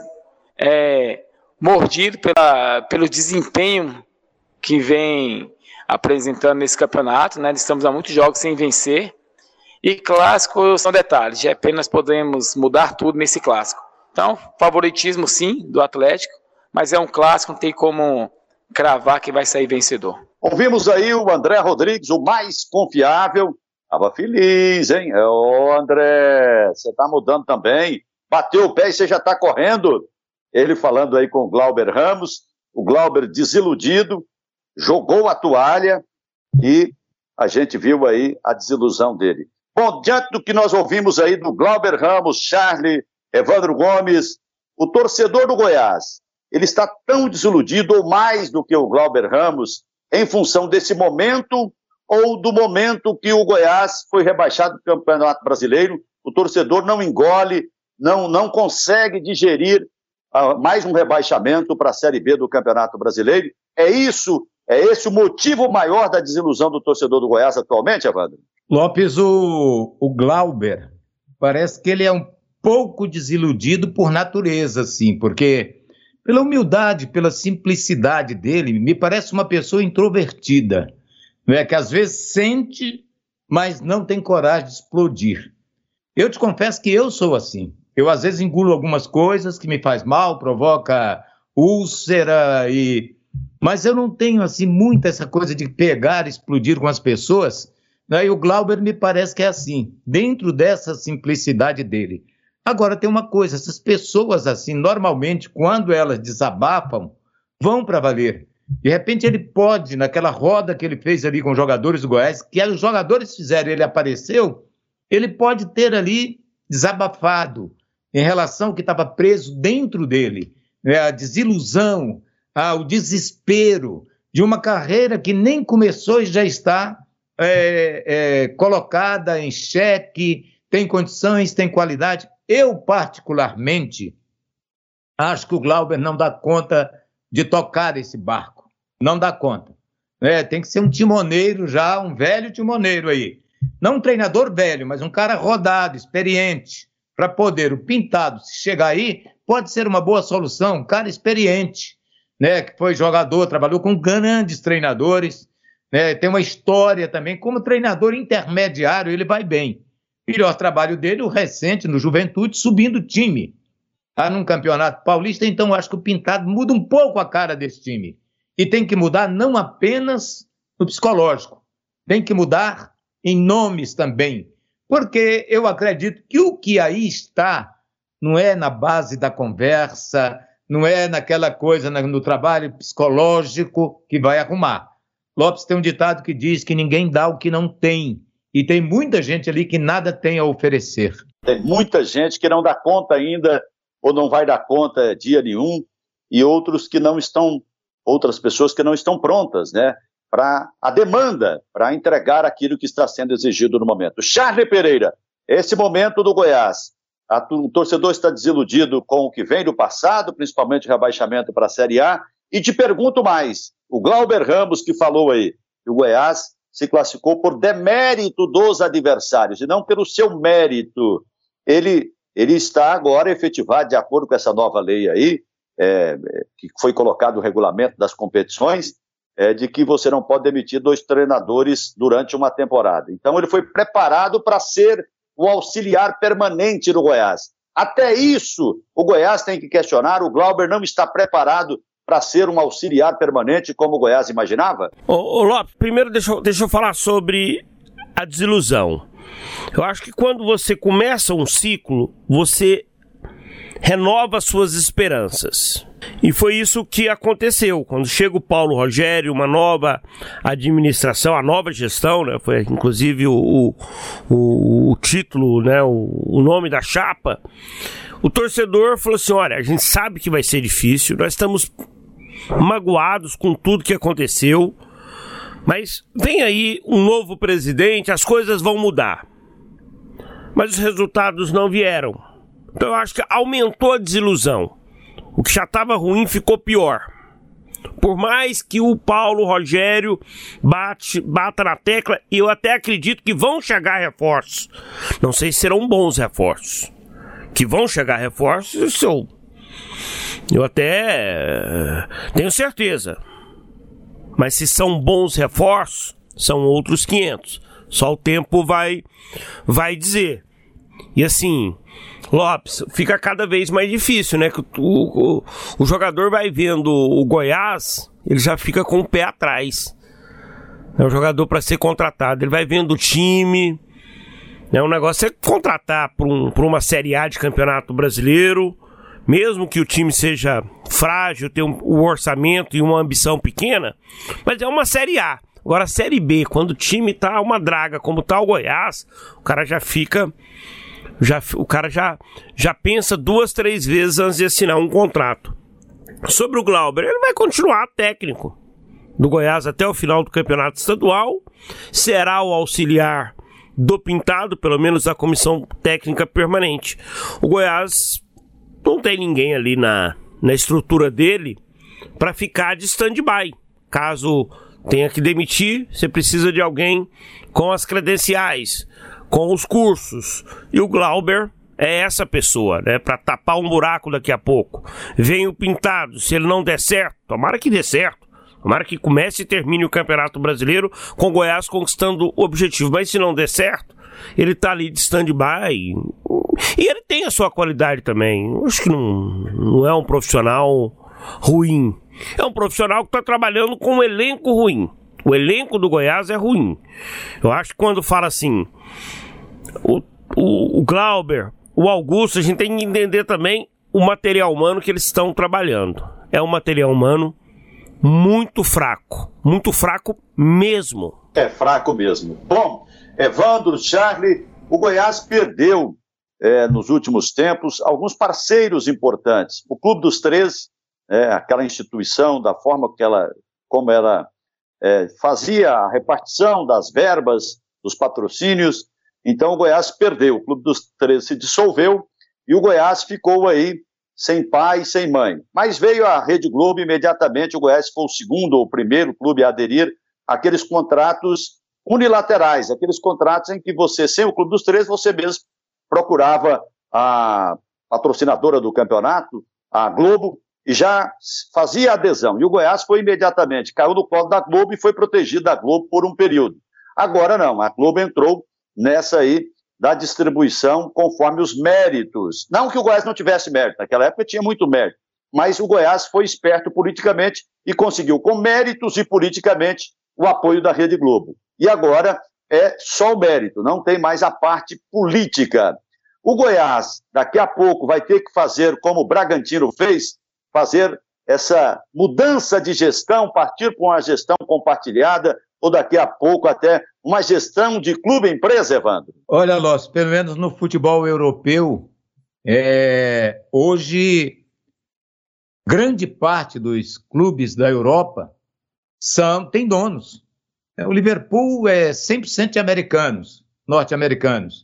mordido pelo desempenho que vem apresentando nesse campeonato, né? Estamos há muitos jogos sem vencer, e clássico são detalhes, de apenas podemos mudar tudo nesse clássico. Então, favoritismo sim, do Atlético, mas é um clássico, não tem como cravar que vai sair vencedor. Ouvimos aí o André Rodrigues, o mais confiável. Estava feliz, hein? André, você está mudando também. Bateu o pé e você já está correndo. Ele falando aí com o Glauber Ramos, o Glauber desiludido, jogou a toalha e a gente viu aí a desilusão dele. Bom, diante do que nós ouvimos aí do Glauber Ramos, Charlie, Evandro Gomes, o torcedor do Goiás, ele está tão desiludido ou mais do que o Glauber Ramos em função desse momento ou do momento que o Goiás foi rebaixado do Campeonato Brasileiro? O torcedor não engole, não consegue digerir mais um rebaixamento para a Série B do Campeonato Brasileiro. É esse o motivo maior da desilusão do torcedor do Goiás atualmente, Evandro? Lopes, o Glauber, parece que ele é um pouco desiludido por natureza, assim, porque pela humildade, pela simplicidade dele, me parece uma pessoa introvertida, que às vezes sente, mas não tem coragem de explodir. Eu te confesso que eu sou assim. Eu às vezes engulo algumas coisas que me faz mal, provoca úlcera, mas eu não tenho assim muito essa coisa de pegar e explodir com as pessoas, né? E o Glauber me parece que é assim, dentro dessa simplicidade dele. Agora tem uma coisa, essas pessoas assim, normalmente quando elas desabafam, vão para valer. De repente ele pode, naquela roda que ele fez ali com os jogadores do Goiás, que os jogadores fizeram, ele apareceu, Ele pode ter ali desabafado em relação ao que estava preso dentro dele, né? A desilusão, o desespero de uma carreira que nem começou e já está colocada em xeque, tem condições, tem qualidade. Eu, particularmente, acho que o Glauber não dá conta de tocar esse barco. Não dá conta. Tem que ser um timoneiro já, um velho timoneiro aí. Não um treinador velho, mas um cara rodado, experiente, para poder, o Pintado, se chegar aí, pode ser uma boa solução, um cara experiente, né, que foi jogador, trabalhou com grandes treinadores, né, tem uma história também, como treinador intermediário, ele vai bem. O melhor trabalho dele, o recente, no Juventude, subindo o time, num campeonato paulista. Então acho que o Pintado muda um pouco a cara desse time. E tem que mudar não apenas no psicológico, tem que mudar em nomes também, porque eu acredito que o que aí está não é na base da conversa, não é naquela coisa no trabalho psicológico que vai arrumar. Lopes tem um ditado que diz que ninguém dá o que não tem, e tem muita gente ali que nada tem a oferecer. Tem muita gente que não dá conta ainda, ou não vai dar conta dia nenhum, e outras pessoas que não estão prontas, né, para a demanda, para entregar aquilo que está sendo exigido no momento. Charlie Pereira, esse momento do Goiás, o torcedor está desiludido com o que vem do passado, principalmente o rebaixamento para a Série A, e te pergunto mais, o Glauber Ramos que falou aí, que o Goiás se classificou por demérito dos adversários, e não pelo seu mérito, ele está agora efetivado, de acordo com essa nova lei aí, que foi colocado no regulamento das competições, de que você não pode demitir 2 treinadores durante uma temporada. Então ele foi preparado para ser o auxiliar permanente do Goiás. Até isso, o Goiás tem que questionar, o Glauber não está preparado para ser um auxiliar permanente como o Goiás imaginava? Ô Lopes, primeiro deixa eu falar sobre a desilusão. Eu acho que quando você começa um ciclo, você renova suas esperanças. E foi isso que aconteceu. Quando chega o Paulo Rogério, uma nova administração, a nova gestão, né? Foi inclusive o título, né? O nome da chapa. O torcedor falou assim, olha, a gente sabe que vai ser difícil, nós estamos magoados com tudo que aconteceu, mas vem aí um novo presidente, as coisas vão mudar. Mas os resultados não vieram. Então eu acho que aumentou a desilusão. O que já estava ruim ficou pior. Por mais que o Paulo Rogério bata na tecla, e eu até acredito que vão chegar reforços. Não sei se serão bons reforços. Que vão chegar reforços, eu até tenho certeza. Mas se são bons reforços, são outros 500. Só o tempo vai dizer. E assim, Lopes, fica cada vez mais difícil, né? Que o jogador vai vendo o Goiás, ele já fica com o pé atrás. É um jogador para ser contratado, ele vai vendo o time. O negócio é contratar por uma Série A de Campeonato Brasileiro, mesmo que o time seja frágil, tenha um orçamento e uma ambição pequena, mas é uma Série A. Agora a Série B, quando o time tá uma draga como tá o Goiás, o cara já fica... o cara já pensa 2, 3 vezes antes de assinar um contrato. Sobre o Glauber, ele vai continuar técnico do Goiás até o final do campeonato estadual, será o auxiliar do Pintado, pelo menos da comissão técnica permanente. O Goiás não tem ninguém ali na estrutura dele para ficar de stand-by. Caso tenha que demitir, você precisa de alguém com as credenciais, com os cursos, e o Glauber é essa pessoa, né, para tapar um buraco daqui a pouco. Vem o Pintado, se ele não der certo, tomara que dê certo, tomara que comece e termine o Campeonato Brasileiro com o Goiás conquistando o objetivo, mas se não der certo, ele tá ali de stand-by, e ele tem a sua qualidade também. Eu acho que não é um profissional ruim, é um profissional que está trabalhando com um elenco ruim. O elenco do Goiás é ruim. Eu acho que quando fala assim, o Glauber, o Augusto, a gente tem que entender também o material humano que eles estão trabalhando. É um material humano muito fraco mesmo. É fraco mesmo. Bom, Evandro, Charlie, O Goiás perdeu, nos últimos tempos, alguns parceiros importantes. O Clube dos 13, aquela instituição, da forma como ela fazia a repartição das verbas, dos patrocínios. Então o Goiás perdeu, o Clube dos 13 se dissolveu e o Goiás ficou aí sem pai, sem mãe. Mas veio a Rede Globo imediatamente, o Goiás foi o segundo ou o primeiro clube a aderir àqueles contratos unilaterais, aqueles contratos em que você, sem o Clube dos 13, você mesmo procurava a patrocinadora do campeonato, a Globo, e já fazia adesão. E o Goiás foi imediatamente, caiu no colo da Globo e foi protegido da Globo por um período. Agora não, a Globo entrou nessa aí da distribuição conforme os méritos. Não que o Goiás não tivesse mérito, naquela época tinha muito mérito, mas o Goiás foi esperto politicamente e conseguiu, com méritos e politicamente, o apoio da Rede Globo. E agora é só o mérito, não tem mais a parte política. O Goiás, daqui a pouco, vai ter que fazer como o Bragantino fez, fazer essa mudança de gestão, partir para uma gestão compartilhada, ou daqui a pouco até uma gestão de clube-empresa, Evandro? Olha, Lócio, pelo menos no futebol europeu, hoje, grande parte dos clubes da Europa tem donos. O Liverpool é 100% de americanos, norte-americanos.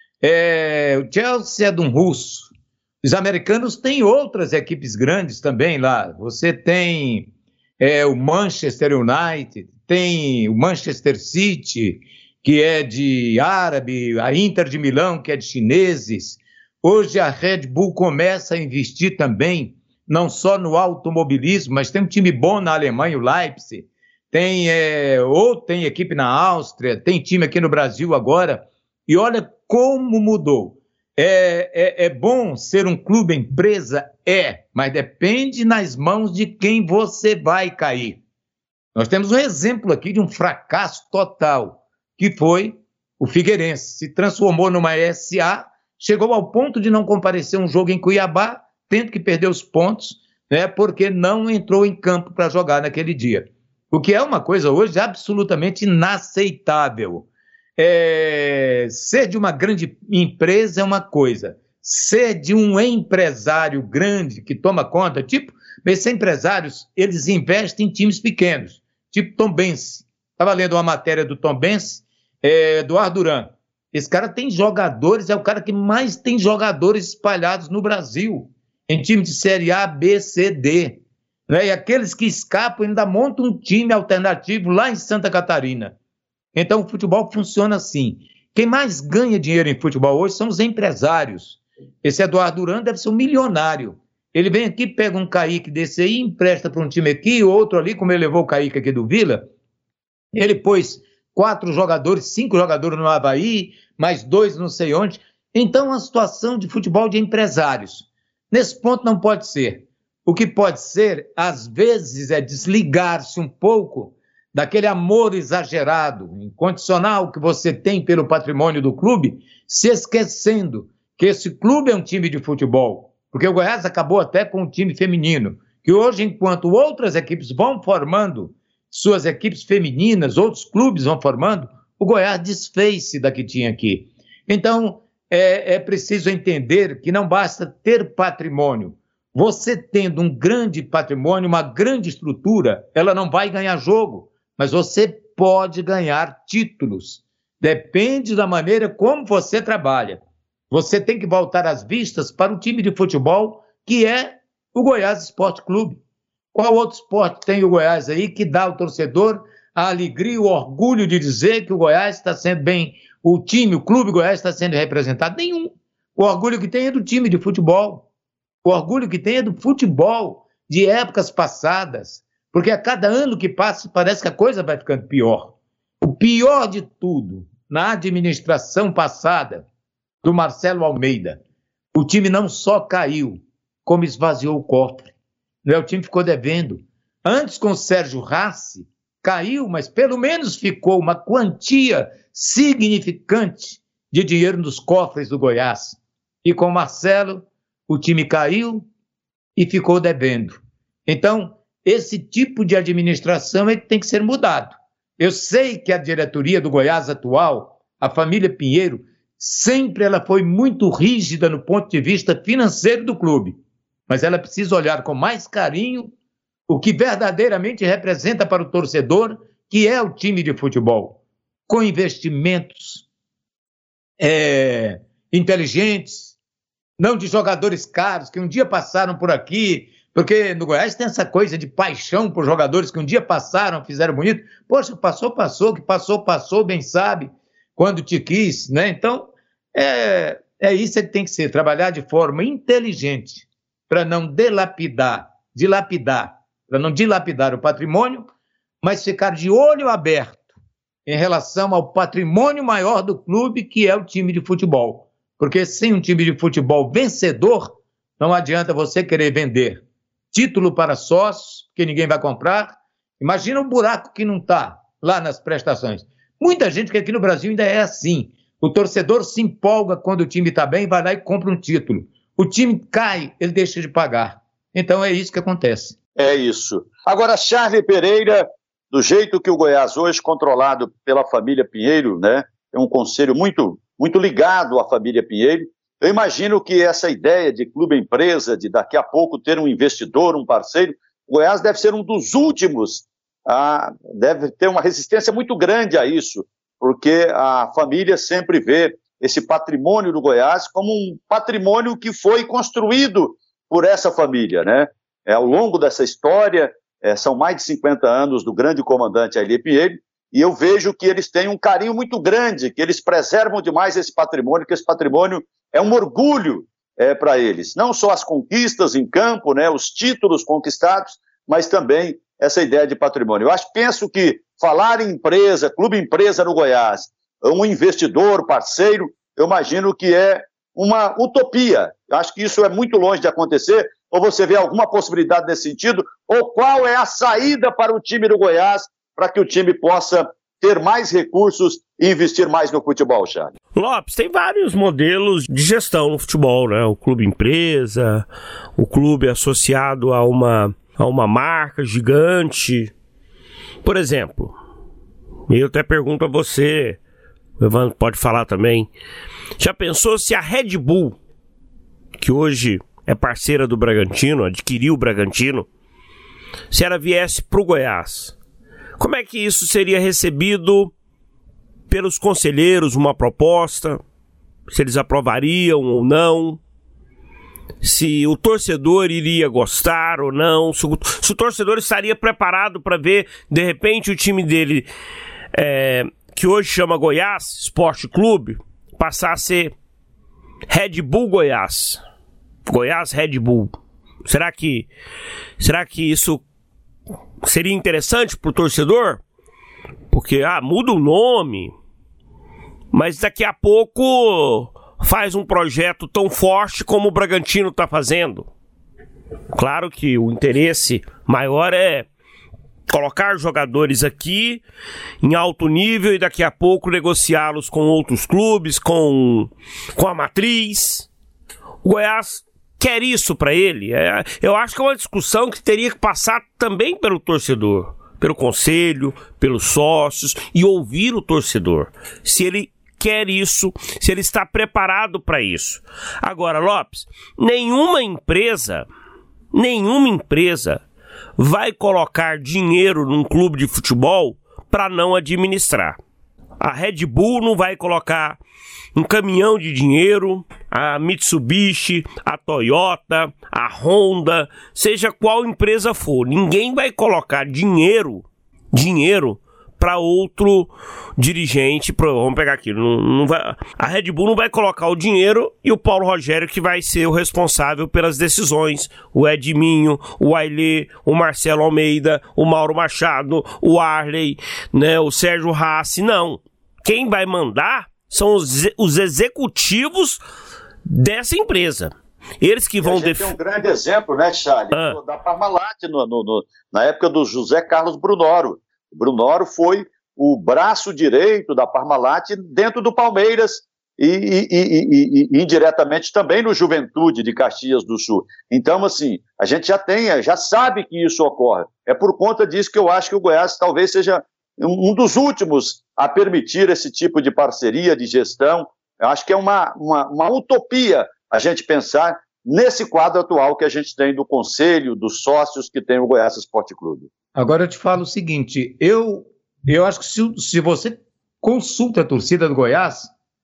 O Chelsea é de um russo. Os americanos têm outras equipes grandes também lá. Você tem o Manchester United, tem o Manchester City, que é de árabe, a Inter de Milão, que é de chineses. Hoje a Red Bull começa a investir também, não só no automobilismo, mas tem um time bom na Alemanha, o Leipzig. Tem equipe na Áustria, tem time aqui no Brasil agora. E olha como mudou. É bom ser um clube empresa? Mas depende nas mãos de quem você vai cair. Nós temos um exemplo aqui de um fracasso total, que foi o Figueirense. Se transformou numa SA, chegou ao ponto de não comparecer um jogo em Cuiabá, tendo que perder os pontos, porque não entrou em campo para jogar naquele dia. O que é uma coisa hoje absolutamente inaceitável. Ser de uma grande empresa é uma coisa, ser de um empresário grande que toma conta, esses empresários, eles investem em times pequenos, tipo Tombense. Estava lendo uma matéria do Tombense, Eduardo Duran. Esse cara tem jogadores, é o cara que mais tem jogadores espalhados no Brasil, em time de Série A, B, C, D. E aqueles que escapam ainda montam um time alternativo lá em Santa Catarina. Então o futebol funciona assim. Quem mais ganha dinheiro em futebol hoje são os empresários. Esse Eduardo Duran deve ser um milionário. Ele vem aqui, pega um Kaique desse aí, empresta para um time aqui, outro ali, como ele levou o Kaique aqui do Vila. Ele pôs 4 jogadores, 5 jogadores no Avaí, mais 2 não sei onde. Então uma situação de futebol de empresários. Nesse ponto não pode ser. O que pode ser, às vezes, é desligar-se um pouco daquele amor exagerado, incondicional que você tem pelo patrimônio do clube, se esquecendo que esse clube é um time de futebol. Porque o Goiás acabou até com um time feminino, que hoje, enquanto outras equipes vão formando suas equipes femininas, outros clubes vão formando, o Goiás desfez-se da que tinha aqui. Então, é preciso entender que não basta ter patrimônio. Você tendo um grande patrimônio, uma grande estrutura, ela não vai ganhar jogo, mas você pode ganhar títulos. Depende da maneira como você trabalha. Você tem que voltar as vistas para o time de futebol, que é o Goiás Esporte Clube. Qual outro esporte tem o Goiás aí que dá ao torcedor a alegria, o orgulho de dizer que o Goiás está sendo bem, o clube Goiás está sendo representado? Nenhum. O orgulho que tem é do time de futebol. O orgulho que tem é do futebol de épocas passadas, porque a cada ano que passa parece que a coisa vai ficando pior. O pior de tudo, na administração passada do Marcelo Almeida, o time não só caiu, como esvaziou o cofre. O time ficou devendo. Antes, com o Sérgio Rassi, caiu, mas pelo menos ficou uma quantia significante de dinheiro nos cofres do Goiás. E com o Marcelo, o time caiu e ficou devendo. Então, esse tipo de administração é que tem que ser mudado. Eu sei que a diretoria do Goiás atual, a família Pinheiro, sempre ela foi muito rígida no ponto de vista financeiro do clube, mas ela precisa olhar com mais carinho o que verdadeiramente representa para o torcedor, que é o time de futebol, com investimentos inteligentes, não de jogadores caros, que um dia passaram por aqui, porque no Goiás tem essa coisa de paixão por jogadores que um dia passaram, fizeram bonito. Poxa, passou, que passou, bem sabe, quando te quis, né? Então, é isso que tem que ser, trabalhar de forma inteligente, para não dilapidar, para não dilapidar o patrimônio, mas ficar de olho aberto em relação ao patrimônio maior do clube, que é o time de futebol. Porque sem um time de futebol vencedor, não adianta você querer vender título para sócios, que ninguém vai comprar. Imagina o buraco que não está lá nas prestações. Muita gente que aqui no Brasil ainda é assim. O torcedor se empolga quando o time está bem, vai lá e compra um título. O time cai, ele deixa de pagar. Então é isso que acontece. É isso. Agora, Charlie Pereira, do jeito que o Goiás hoje, controlado pela família Pinheiro, né, é um conselho muito ligado à família Pinheiro, eu imagino que essa ideia de clube-empresa, de daqui a pouco ter um investidor, um parceiro, o Goiás deve ser um dos últimos, deve ter uma resistência muito grande a isso, porque a família sempre vê esse patrimônio do Goiás como um patrimônio que foi construído por essa família, né? Ao longo dessa história, são mais de 50 anos do grande comandante Ailê Pinheiro, e eu vejo que eles têm um carinho muito grande, que eles preservam demais esse patrimônio, que esse patrimônio é um orgulho para eles. Não só as conquistas em campo, né, os títulos conquistados, mas também essa ideia de patrimônio. Penso que falar em empresa, clube-empresa no Goiás, um investidor, parceiro, eu imagino que é uma utopia. Eu acho que isso é muito longe de acontecer. Ou você vê alguma possibilidade nesse sentido? Ou qual é a saída para o time do Goiás para que o time possa ter mais recursos e investir mais no futebol, Charles? Lopes, tem vários modelos de gestão no futebol, né? O clube empresa, o clube associado a uma marca gigante. Por exemplo, eu até pergunto a você, o Evandro pode falar também, já pensou se a Red Bull, que hoje é parceira do Bragantino, adquiriu o Bragantino, se ela viesse para o Goiás, como é que isso seria recebido pelos conselheiros, uma proposta, se eles aprovariam ou não, se o torcedor iria gostar ou não, se o torcedor estaria preparado para ver, de repente, o time dele, que hoje chama Goiás Esporte Clube, passar a ser Red Bull Goiás. Goiás Red Bull. Será que isso seria interessante pro torcedor? Porque, muda o nome, mas daqui a pouco faz um projeto tão forte como o Bragantino está fazendo. Claro que o interesse maior é colocar jogadores aqui em alto nível e daqui a pouco negociá-los com outros clubes, com a matriz. O Goiás quer isso para ele. Eu acho que é uma discussão que teria que passar também pelo torcedor, pelo conselho, pelos sócios, e ouvir o torcedor, se ele quer isso, se ele está preparado para isso. Agora, Lopes, nenhuma empresa vai colocar dinheiro num clube de futebol para não administrar. A Red Bull não vai colocar um caminhão de dinheiro, a Mitsubishi, a Toyota, a Honda, seja qual empresa for. Ninguém vai colocar dinheiro para outro dirigente. Vamos pegar aqui. Não vai, a Red Bull não vai colocar o dinheiro e o Paulo Rogério que vai ser o responsável pelas decisões. O Edminho, o Ailê, o Marcelo Almeida, o Mauro Machado, o Arley, né, o Sérgio Rassi. Não. Quem vai mandar são os executivos dessa empresa. Eles que vão... Tem um grande exemplo, né, Charlie? Da Parmalat, na época do José Carlos Brunoro. O Brunoro foi o braço direito da Parmalat dentro do Palmeiras e indiretamente também no Juventude de Caxias do Sul. Então, assim, a gente já sabe que isso ocorre. É por conta disso que eu acho que o Goiás talvez seja um dos últimos a permitir esse tipo de parceria, de gestão, Eu acho que é uma utopia a gente pensar nesse quadro atual que a gente tem do conselho, dos sócios que tem o Goiás Esporte Clube. Agora eu te falo o seguinte, eu acho que se você consulta a torcida do Goiás,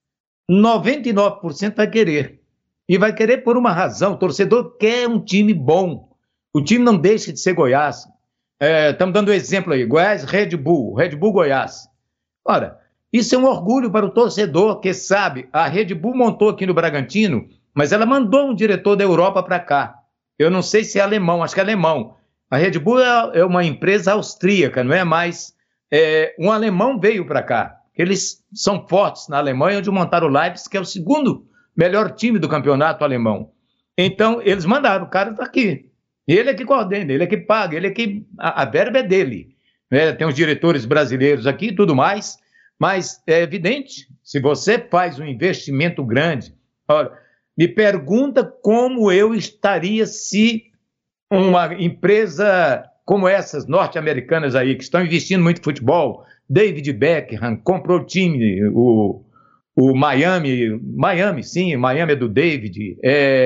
99% vai querer. E vai querer por uma razão, o torcedor quer um time bom. O time não deixa de ser Goiás. Estamos dando exemplo aí, Goiás Red Bull Goiás. Ora, isso é um orgulho para o torcedor que sabe, a Red Bull montou aqui no Bragantino, mas ela mandou um diretor da Europa para cá. Eu não sei se é alemão, acho que é alemão. A Red Bull é uma empresa austríaca, não é mais... um alemão veio para cá. Eles são fortes na Alemanha, onde montaram o Leipzig, que é o segundo melhor time do campeonato alemão. Então, eles mandaram, o cara está aqui. Ele é que coordena, ele é que paga, ele é que... A verba é dele. Tem os diretores brasileiros aqui e tudo mais, mas é evidente, se você faz um investimento grande... Olha, me pergunta como eu estaria se uma empresa como essas norte-americanas aí, que estão investindo muito em futebol, David Beckham comprou o time, o Miami, sim, Miami é do David,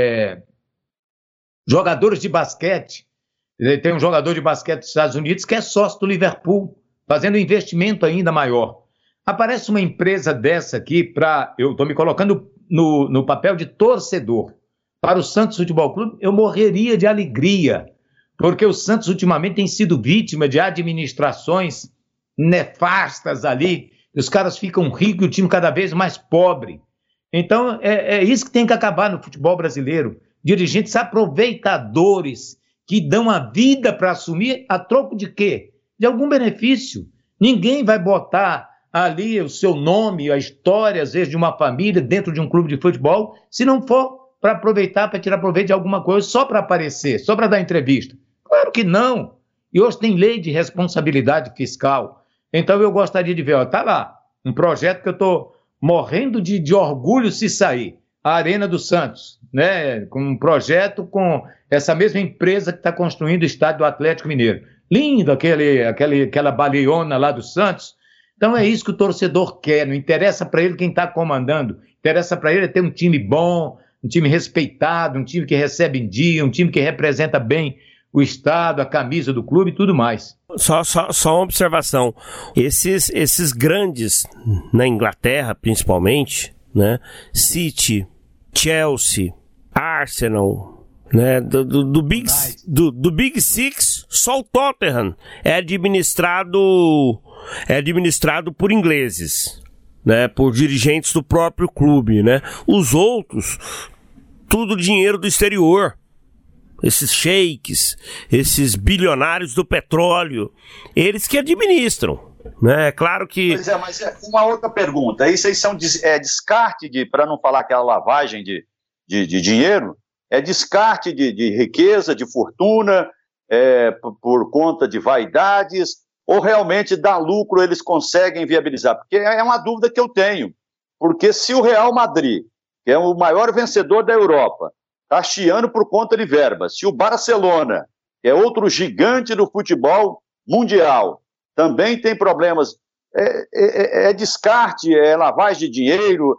jogadores de basquete, tem um jogador de basquete dos Estados Unidos que é sócio do Liverpool, fazendo um investimento ainda maior. Aparece uma empresa dessa aqui, eu estou me colocando no papel de torcedor, para o Santos Futebol Clube, eu morreria de alegria, porque o Santos ultimamente tem sido vítima de administrações nefastas ali, os caras ficam ricos e o time cada vez mais pobre. Então, é isso que tem que acabar no futebol brasileiro. Dirigentes aproveitadores que dão a vida para assumir a troco de quê? De algum benefício. Ninguém vai botar ali o seu nome, a história, às vezes, de uma família dentro de um clube de futebol, se não for para aproveitar, para tirar proveito de alguma coisa, só para aparecer, só para dar entrevista. Claro que não. E hoje tem lei de responsabilidade fiscal. Então eu gostaria de ver, está lá, um projeto que eu estou morrendo de orgulho se sair, a Arena do Santos, né? Com um projeto com essa mesma empresa que está construindo o estádio do Atlético Mineiro. Lindo aquela baleona lá do Santos. Então é isso que o torcedor quer, não interessa para ele quem está comandando, interessa para ele ter um time bom, um time respeitado, um time que recebe em dia, um time que representa bem o estado, a camisa do clube e tudo mais. Só uma observação, esses grandes na Inglaterra principalmente, né, City, Chelsea, Arsenal, né, do Big Six, só o Tottenham é administrado por ingleses, né, por dirigentes do próprio clube, né? Os outros, tudo dinheiro do exterior. Esses sheiks, esses bilionários do petróleo, eles que administram, né? É claro que... Pois mas uma outra pergunta, isso aí são descarte para não falar aquela lavagem de dinheiro, é descarte de riqueza, de fortuna, por conta de vaidades, ou realmente dá lucro, eles conseguem viabilizar? Porque é uma dúvida que eu tenho, porque se o Real Madrid, que é o maior vencedor da Europa, está chiando por conta de verbas, se o Barcelona, que é outro gigante do futebol mundial, também tem problemas, é descarte, é lavagem de dinheiro,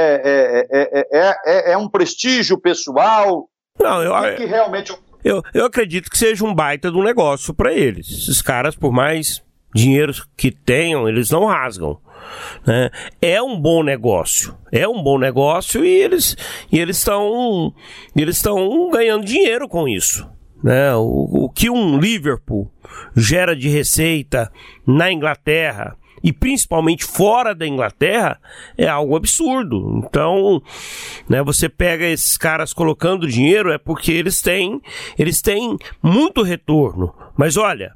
é um prestígio pessoal. Não, eu acredito que seja um baita de um negócio para eles. Esses caras, por mais dinheiro que tenham, eles não rasgam, né? É um bom negócio e eles estão ganhando dinheiro com isso, né? O que um Liverpool gera de receita na Inglaterra e principalmente fora da Inglaterra é algo absurdo. Então, né, você pega esses caras colocando dinheiro, é porque eles têm muito retorno. Mas olha,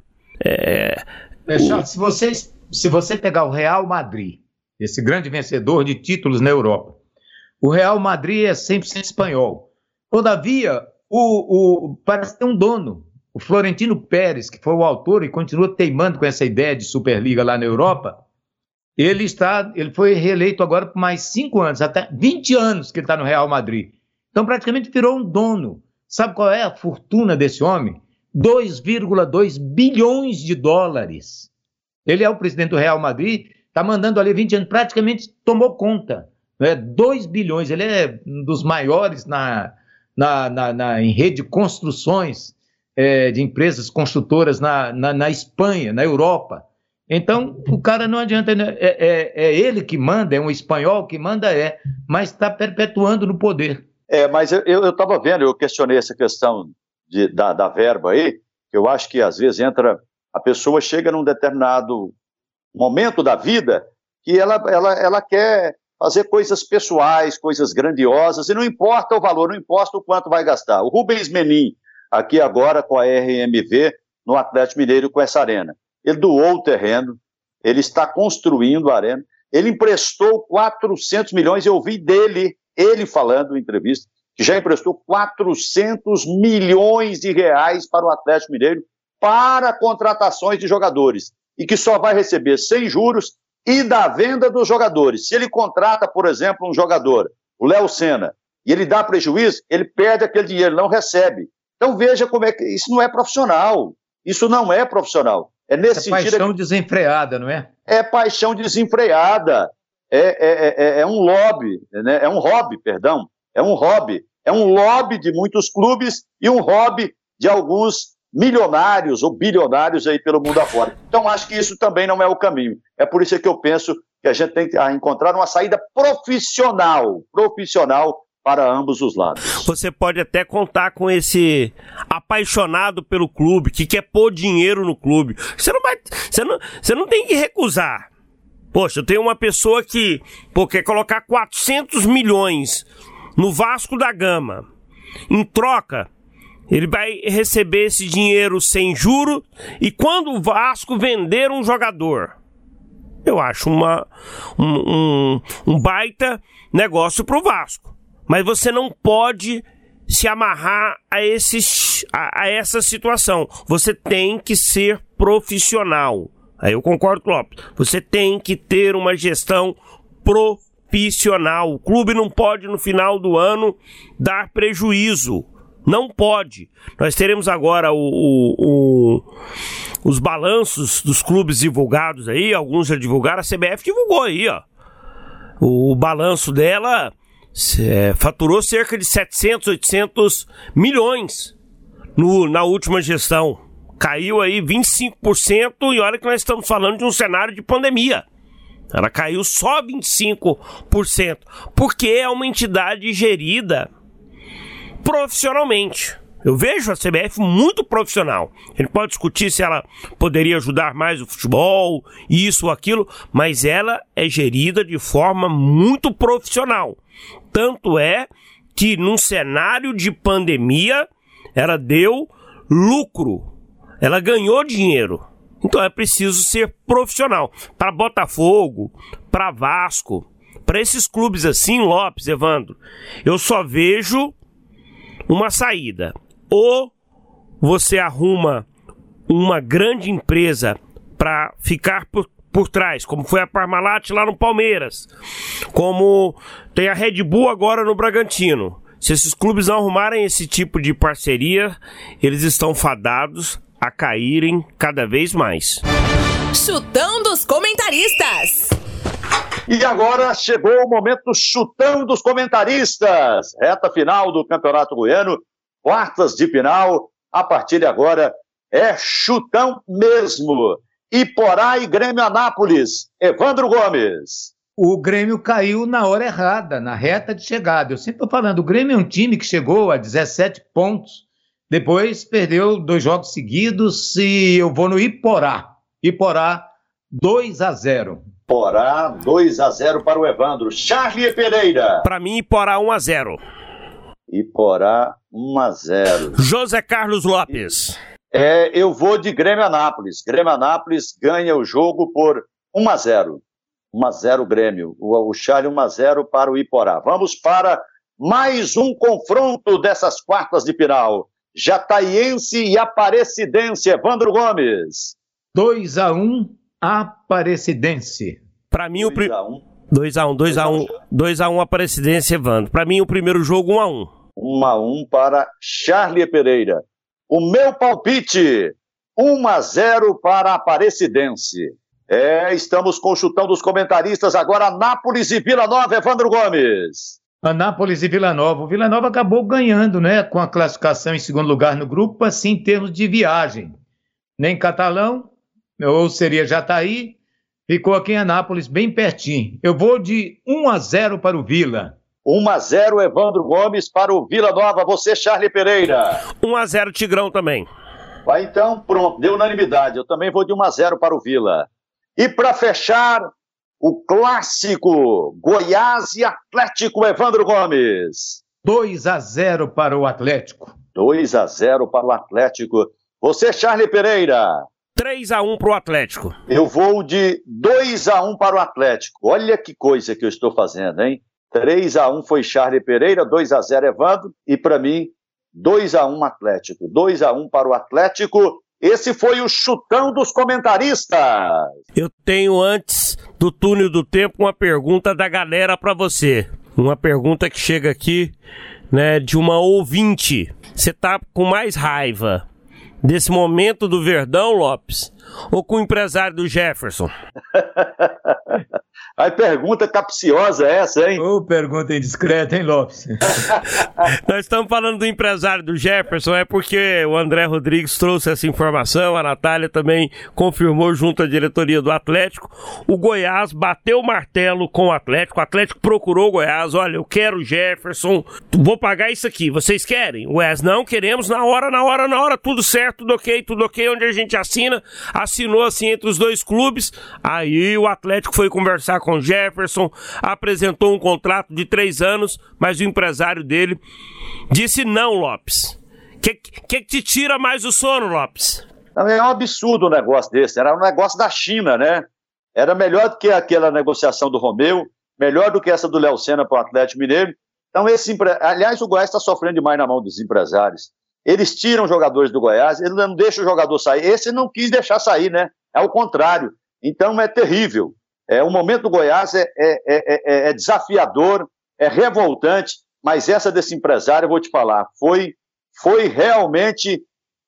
Charles, se você pegar o Real Madrid, esse grande vencedor de títulos na Europa, o Real Madrid é 100% espanhol. Todavia, parece ter um dono, o Florentino Pérez, que foi o autor e continua teimando com essa ideia de Superliga lá na Europa. Ele foi reeleito agora por mais 5 anos, até 20 anos que ele está no Real Madrid. Então praticamente virou um dono. Sabe qual é a fortuna desse homem? 2,2 bilhões de dólares. Ele é o presidente do Real Madrid, está mandando ali 20 anos, praticamente tomou conta. 2 bilhões, ele é um dos maiores em rede de construções de empresas construtoras na Espanha, na Europa. Então, o cara não adianta, é ele que manda, é um espanhol que manda, mas está perpetuando no poder. Mas eu estava vendo, eu questionei essa questão da verba aí, que eu acho que às vezes a pessoa chega num determinado momento da vida que ela quer fazer coisas pessoais, coisas grandiosas, e não importa o valor, não importa o quanto vai gastar. O Rubens Menin, aqui agora com a RMV, no Atlético Mineiro, com essa arena. Ele doou o terreno, ele está construindo a arena, ele emprestou 400 milhões, eu ouvi ele falando em entrevista, que já emprestou 400 milhões de reais para o Atlético Mineiro para contratações de jogadores, e que só vai receber sem juros e da venda dos jogadores. Se ele contrata, por exemplo, um jogador, o Léo Senna, e ele dá prejuízo, ele perde aquele dinheiro, não recebe. Então veja como é que isso não é profissional. Isso não é profissional. É nesse sentido. Paixão desenfreada, não é? É paixão desenfreada. É um lobby, né? É um hobby, perdão. É um hobby. É um lobby de muitos clubes e um hobby de alguns milionários ou bilionários aí pelo mundo afora. Então acho que isso também não é o caminho. É por isso que eu penso que a gente tem que encontrar uma saída profissional para ambos os lados. Você pode até contar com esse apaixonado pelo clube, que quer pôr dinheiro no clube. Você não tem que recusar. Poxa, eu tenho uma pessoa que quer colocar 400 milhões no Vasco da Gama. Em troca, ele vai receber esse dinheiro sem juro, e quando o Vasco vender um jogador, eu acho um baita negócio pro Vasco. Mas você não pode se amarrar a essa situação. Você tem que ser profissional. Aí eu concordo com o Lopes. Você tem que ter uma gestão profissional. O clube não pode, no final do ano, dar prejuízo. Não pode. Nós teremos agora os balanços dos clubes divulgados aí. Alguns já divulgaram. A CBF divulgou aí, ó. O balanço dela faturou cerca de 700, 800 milhões na última gestão. Caiu aí 25%, e olha que nós estamos falando de um cenário de pandemia. Ela caiu só 25%, porque é uma entidade gerida profissionalmente. Eu vejo a CBF muito profissional. A gente pode discutir se ela poderia ajudar mais o futebol, isso ou aquilo, mas ela é gerida de forma muito profissional. Tanto é que num cenário de pandemia, ela deu lucro. Ela ganhou dinheiro. Então é preciso ser profissional. Para Botafogo, para Vasco, para esses clubes assim, Lopes, Evandro, eu só vejo uma saída. Ou você arruma uma grande empresa para ficar por trás, como foi a Parmalat lá no Palmeiras, como tem a Red Bull agora no Bragantino. Se esses clubes não arrumarem esse tipo de parceria, eles estão fadados a caírem cada vez mais. Chutão dos comentaristas. E agora chegou o momento do chutão dos comentaristas. Reta final do Campeonato Goiano, quartas de final. A partir de agora é chutão mesmo. Iporá e Grêmio Anápolis. Evandro Gomes. O Grêmio caiu na hora errada, na reta de chegada. Eu sempre estou falando, o Grêmio é um time que chegou a 17 pontos. Depois perdeu 2 jogos seguidos, e eu vou no Iporá. Iporá 2-0. Iporá 2-0 para o Evandro. Charlie Pereira. Para mim, Iporá 1-0. Iporá 1-0. José Carlos Lopes. Eu vou de Grêmio Anápolis. Grêmio Anápolis ganha o jogo por 1-0. 1-0 Grêmio. O Charlie 1-0 para o Iporá. Vamos para mais um confronto dessas quartas de final. Jataiense e Aparecidense. Evandro Gomes. 2-1 Aparecidense. Para mim, 2-1 Aparecidense, Evandro. Para mim, o primeiro jogo 1-1. 1-1 para Charlie Pereira. O meu palpite, 1-0 para Aparecidense. Estamos com o chutão dos comentaristas. Agora, Anápolis e Vila Nova, Evandro Gomes. Anápolis e Vila Nova. O Vila Nova acabou ganhando, né? Com a classificação em segundo lugar no grupo, assim, em termos de viagem. Nem Catalão, ou seria Jataí, ficou aqui em Anápolis, bem pertinho. Eu vou de 1-0 para o Vila. 1-0, Evandro Gomes para o Vila Nova. Você, Charlie Pereira. 1-0, Tigrão também. Vai então, pronto, deu unanimidade. Eu também vou de 1-0 para o Vila. E para fechar, o clássico Goiás e Atlético, Evandro Gomes. 2-0 para o Atlético. 2-0 para o Atlético. Você, Charlie Pereira. 3-1 para o Atlético. Eu vou de 2-1 para o Atlético. Olha que coisa que eu estou fazendo, hein? 3-1 foi Charlie Pereira, 2-0 Evandro, e para mim, 2-1 Atlético. 2-1 para o Atlético. Esse foi o chutão dos comentaristas. Eu tenho, antes do túnel do tempo, uma pergunta da galera para você. Uma pergunta que chega aqui, né, de uma ouvinte. Você tá com mais raiva desse momento do Verdão, Lopes, ou com o empresário do Jefferson? Aí pergunta capciosa essa, hein? Pergunta indiscreta, hein, Lopes? Nós estamos falando do empresário do Jefferson, é porque o André Rodrigues trouxe essa informação, a Natália também confirmou junto à diretoria do Atlético. O Goiás bateu o martelo com o Atlético procurou o Goiás, olha, eu quero o Jefferson, vou pagar isso aqui, vocês querem? O Goiás, não, queremos na hora, tudo certo, tudo ok, onde a gente assinou assim entre os dois clubes. Aí o Atlético foi conversar com o Jefferson, apresentou um contrato de 3 anos, mas o empresário dele disse não, Lopes. Que te tira mais o sono, Lopes? É um absurdo um negócio desse, era um negócio da China, né? Era melhor do que aquela negociação do Romeu, melhor do que essa do Léo Senna para o Atlético Mineiro. Então, aliás, o Goiás está sofrendo demais na mão dos empresários. Eles tiram jogadores do Goiás, ele não deixa o jogador sair. Esse não quis deixar sair, né? É o contrário. Então é terrível. O momento do Goiás é desafiador, é revoltante, mas essa desse empresário, eu vou te falar, foi realmente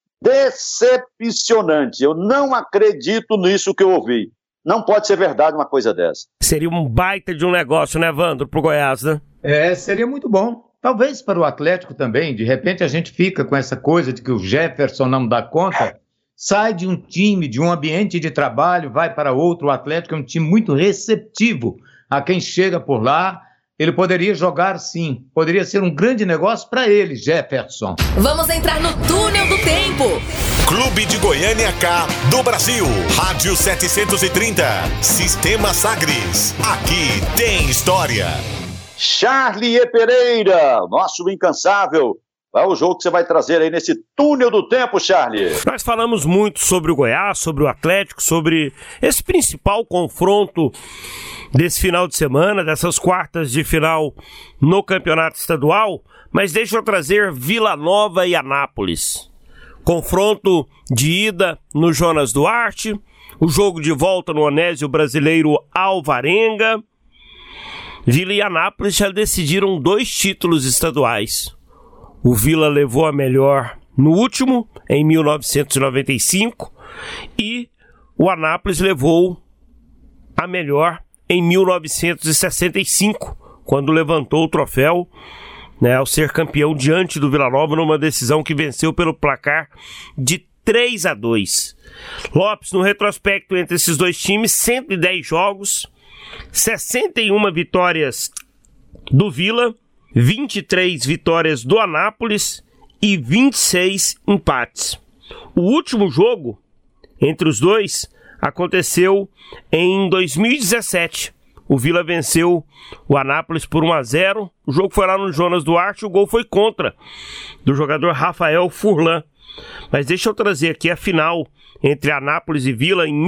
decepcionante. Eu não acredito nisso que eu ouvi. Não pode ser verdade uma coisa dessa. Seria um baita de um negócio, né, Evandro, pro Goiás, né? Seria muito bom. Talvez para o Atlético também. De repente a gente fica com essa coisa de que o Jefferson não dá conta, sai de um time, de um ambiente de trabalho, vai para outro. O Atlético é um time muito receptivo a quem chega por lá. Ele poderia jogar, sim. Poderia ser um grande negócio para ele, Jefferson. Vamos entrar no túnel do tempo. Clube de Goiânia K do Brasil. Rádio 730. Sistema Sagres. Aqui tem história. Charlie Pereira, nosso incansável. Qual é o jogo que você vai trazer aí nesse túnel do tempo, Charlie? Nós falamos muito sobre o Goiás, sobre o Atlético, sobre esse principal confronto desse final de semana, dessas quartas de final no campeonato estadual, mas deixa eu trazer Vila Nova e Anápolis. Confronto de ida no Jonas Duarte, o jogo de volta no Onésio Brasileiro Alvarenga. Vila e Anápolis já decidiram 2 títulos estaduais. O Vila levou a melhor no último, em 1995, e o Anápolis levou a melhor em 1965, quando levantou o troféu, né, ao ser campeão diante do Vila Nova numa decisão que venceu pelo placar de 3-2. Lopes, no retrospecto entre esses dois times, 110 jogos, 61 vitórias do Vila, 23 vitórias do Anápolis e 26 empates. O último jogo entre os dois aconteceu em 2017. O Vila venceu o Anápolis por 1-0. O jogo foi lá no Jonas Duarte, o gol foi contra do jogador Rafael Furlan. Mas deixa eu trazer aqui a final entre Anápolis e Vila em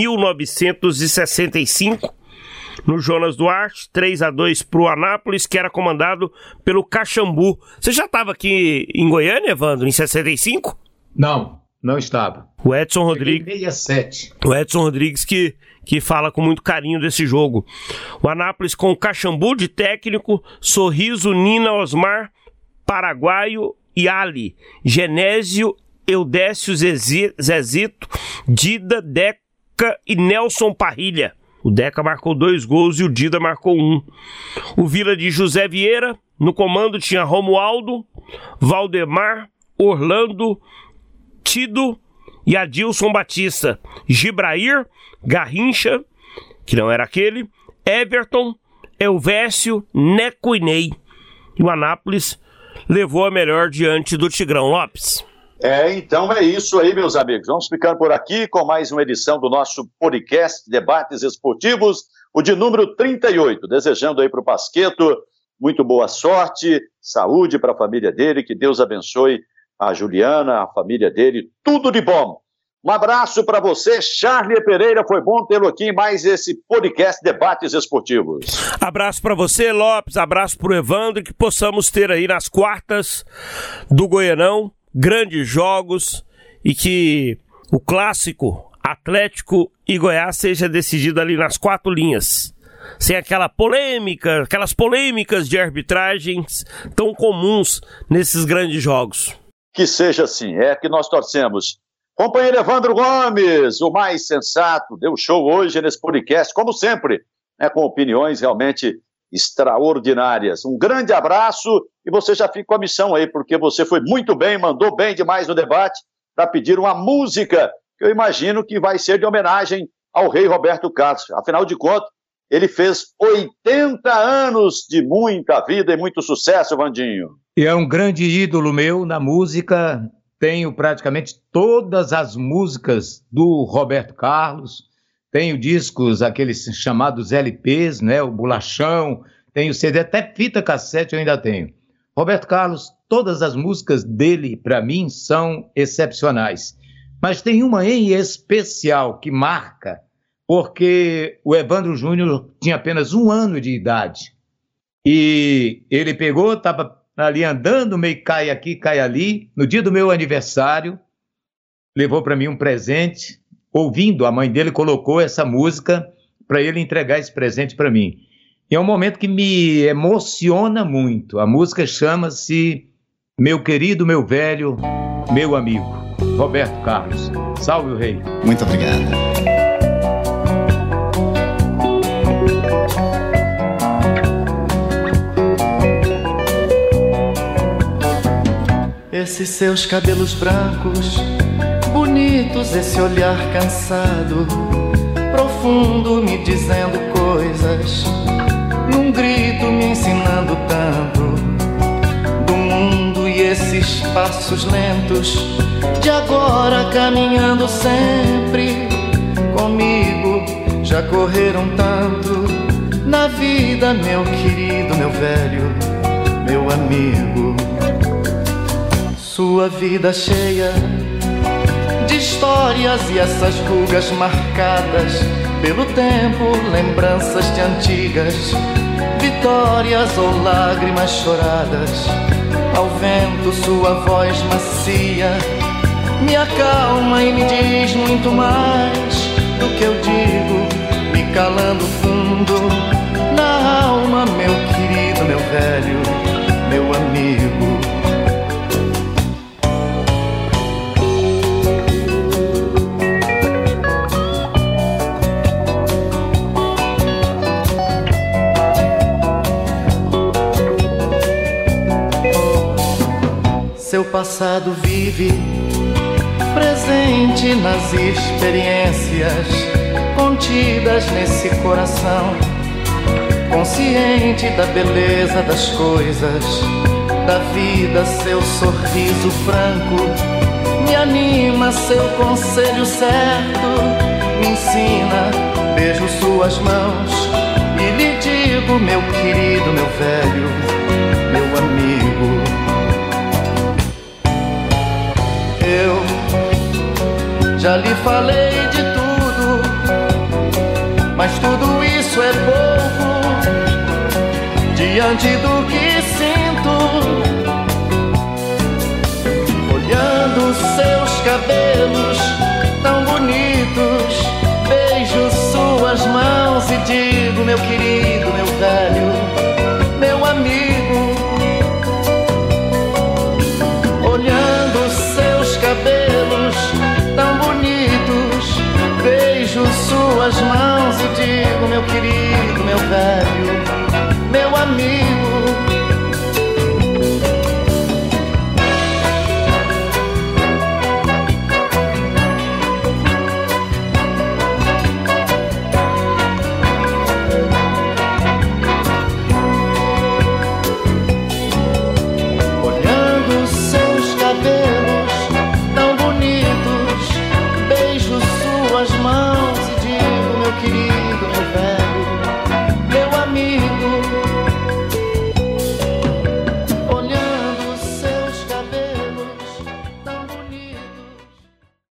1965. No Jonas Duarte, 3-2 pro Anápolis, que era comandado pelo Caxambu. Você já estava aqui em Goiânia, Evandro, em 65? Não estava. O Edson Rodrigues. 67. O Edson Rodrigues que fala com muito carinho desse jogo. O Anápolis com o Caxambu de técnico, Sorriso, Nina, Osmar, Paraguaio e Ali, Genésio, Eudécio, Zezito, Dida, Deco, Juca e Nelson Parrilha. O Deca marcou 2 gols e o Dida marcou 1. O Vila de José Vieira, no comando tinha Romualdo, Valdemar, Orlando, Tido e Adilson Batista, Gibrair, Garrincha, que não era aquele, Everton, Elvésio, Neco e Ney. E o Anápolis levou a melhor diante do Tigrão. Lopes. Então é isso aí, meus amigos. Vamos ficando por aqui com mais uma edição do nosso podcast Debates Esportivos, o de número 38. Desejando aí para o Pasquetto muito boa sorte, saúde para a família dele, que Deus abençoe a Juliana, a família dele, tudo de bom. Um abraço para você, Charlie Pereira, foi bom tê-lo aqui em mais esse podcast Debates Esportivos. Abraço para você, Lopes, abraço para o Evandro, que possamos ter aí nas quartas do Goianão grandes jogos e que o clássico Atlético e Goiás seja decidido ali nas 4 linhas, sem aquelas polêmicas de arbitragens tão comuns nesses grandes jogos. Que seja assim, é que nós torcemos. Companheiro Evandro Gomes, o mais sensato, deu show hoje nesse podcast, como sempre, com opiniões realmente extraordinárias. Um grande abraço e você já fica com a missão aí, porque você foi muito bem, mandou bem demais no debate para pedir uma música que eu imagino que vai ser de homenagem ao rei Roberto Carlos. Afinal de contas, ele fez 80 anos de muita vida e muito sucesso, Vandinho. E é um grande ídolo meu na música. Tenho praticamente todas as músicas do Roberto Carlos. Tenho discos, aqueles chamados LPs, né? O Bolachão. Tenho CD, até fita cassete eu ainda tenho. Roberto Carlos, todas as músicas dele, para mim, são excepcionais. Mas tem uma em especial que marca, porque o Evandro Júnior tinha apenas 1 ano de idade. E ele pegou, estava ali andando, meio cai aqui, cai ali. No dia do meu aniversário, levou para mim um presente. Ouvindo, a mãe dele colocou essa música para ele entregar esse presente para mim. E é um momento que me emociona muito. A música chama-se Meu Querido, Meu Velho, Meu Amigo. Roberto Carlos. Salve o rei. Muito obrigado. Esses seus cabelos brancos, bonitos, esse olhar cansado, profundo, me dizendo coisas, num grito me ensinando tanto do mundo, e esses passos lentos de agora caminhando sempre comigo, já correram tanto na vida, meu querido, meu velho, meu amigo. Sua vida cheia de histórias e essas rugas marcadas pelo tempo, lembranças de antigas vitórias ou lágrimas choradas. Ao vento sua voz macia me acalma e me diz muito mais do que eu digo, me calando fundo na alma, meu querido, meu velho, meu amigo. Seu passado vive presente nas experiências contidas nesse coração, consciente da beleza das coisas, da vida. Seu sorriso franco me anima, seu conselho certo me ensina. Beijo suas mãos e lhe digo, meu querido, meu velho, meu amigo. Eu já lhe falei de tudo, mas tudo isso é pouco diante do que sinto. Olhando seus cabelos tão bonitos, beijo suas mãos e digo, meu querido, meu velho, meu amigo. Olhando seus cabelos tão bonitos, beijo suas mãos e digo, meu querido, meu velho, meu amigo,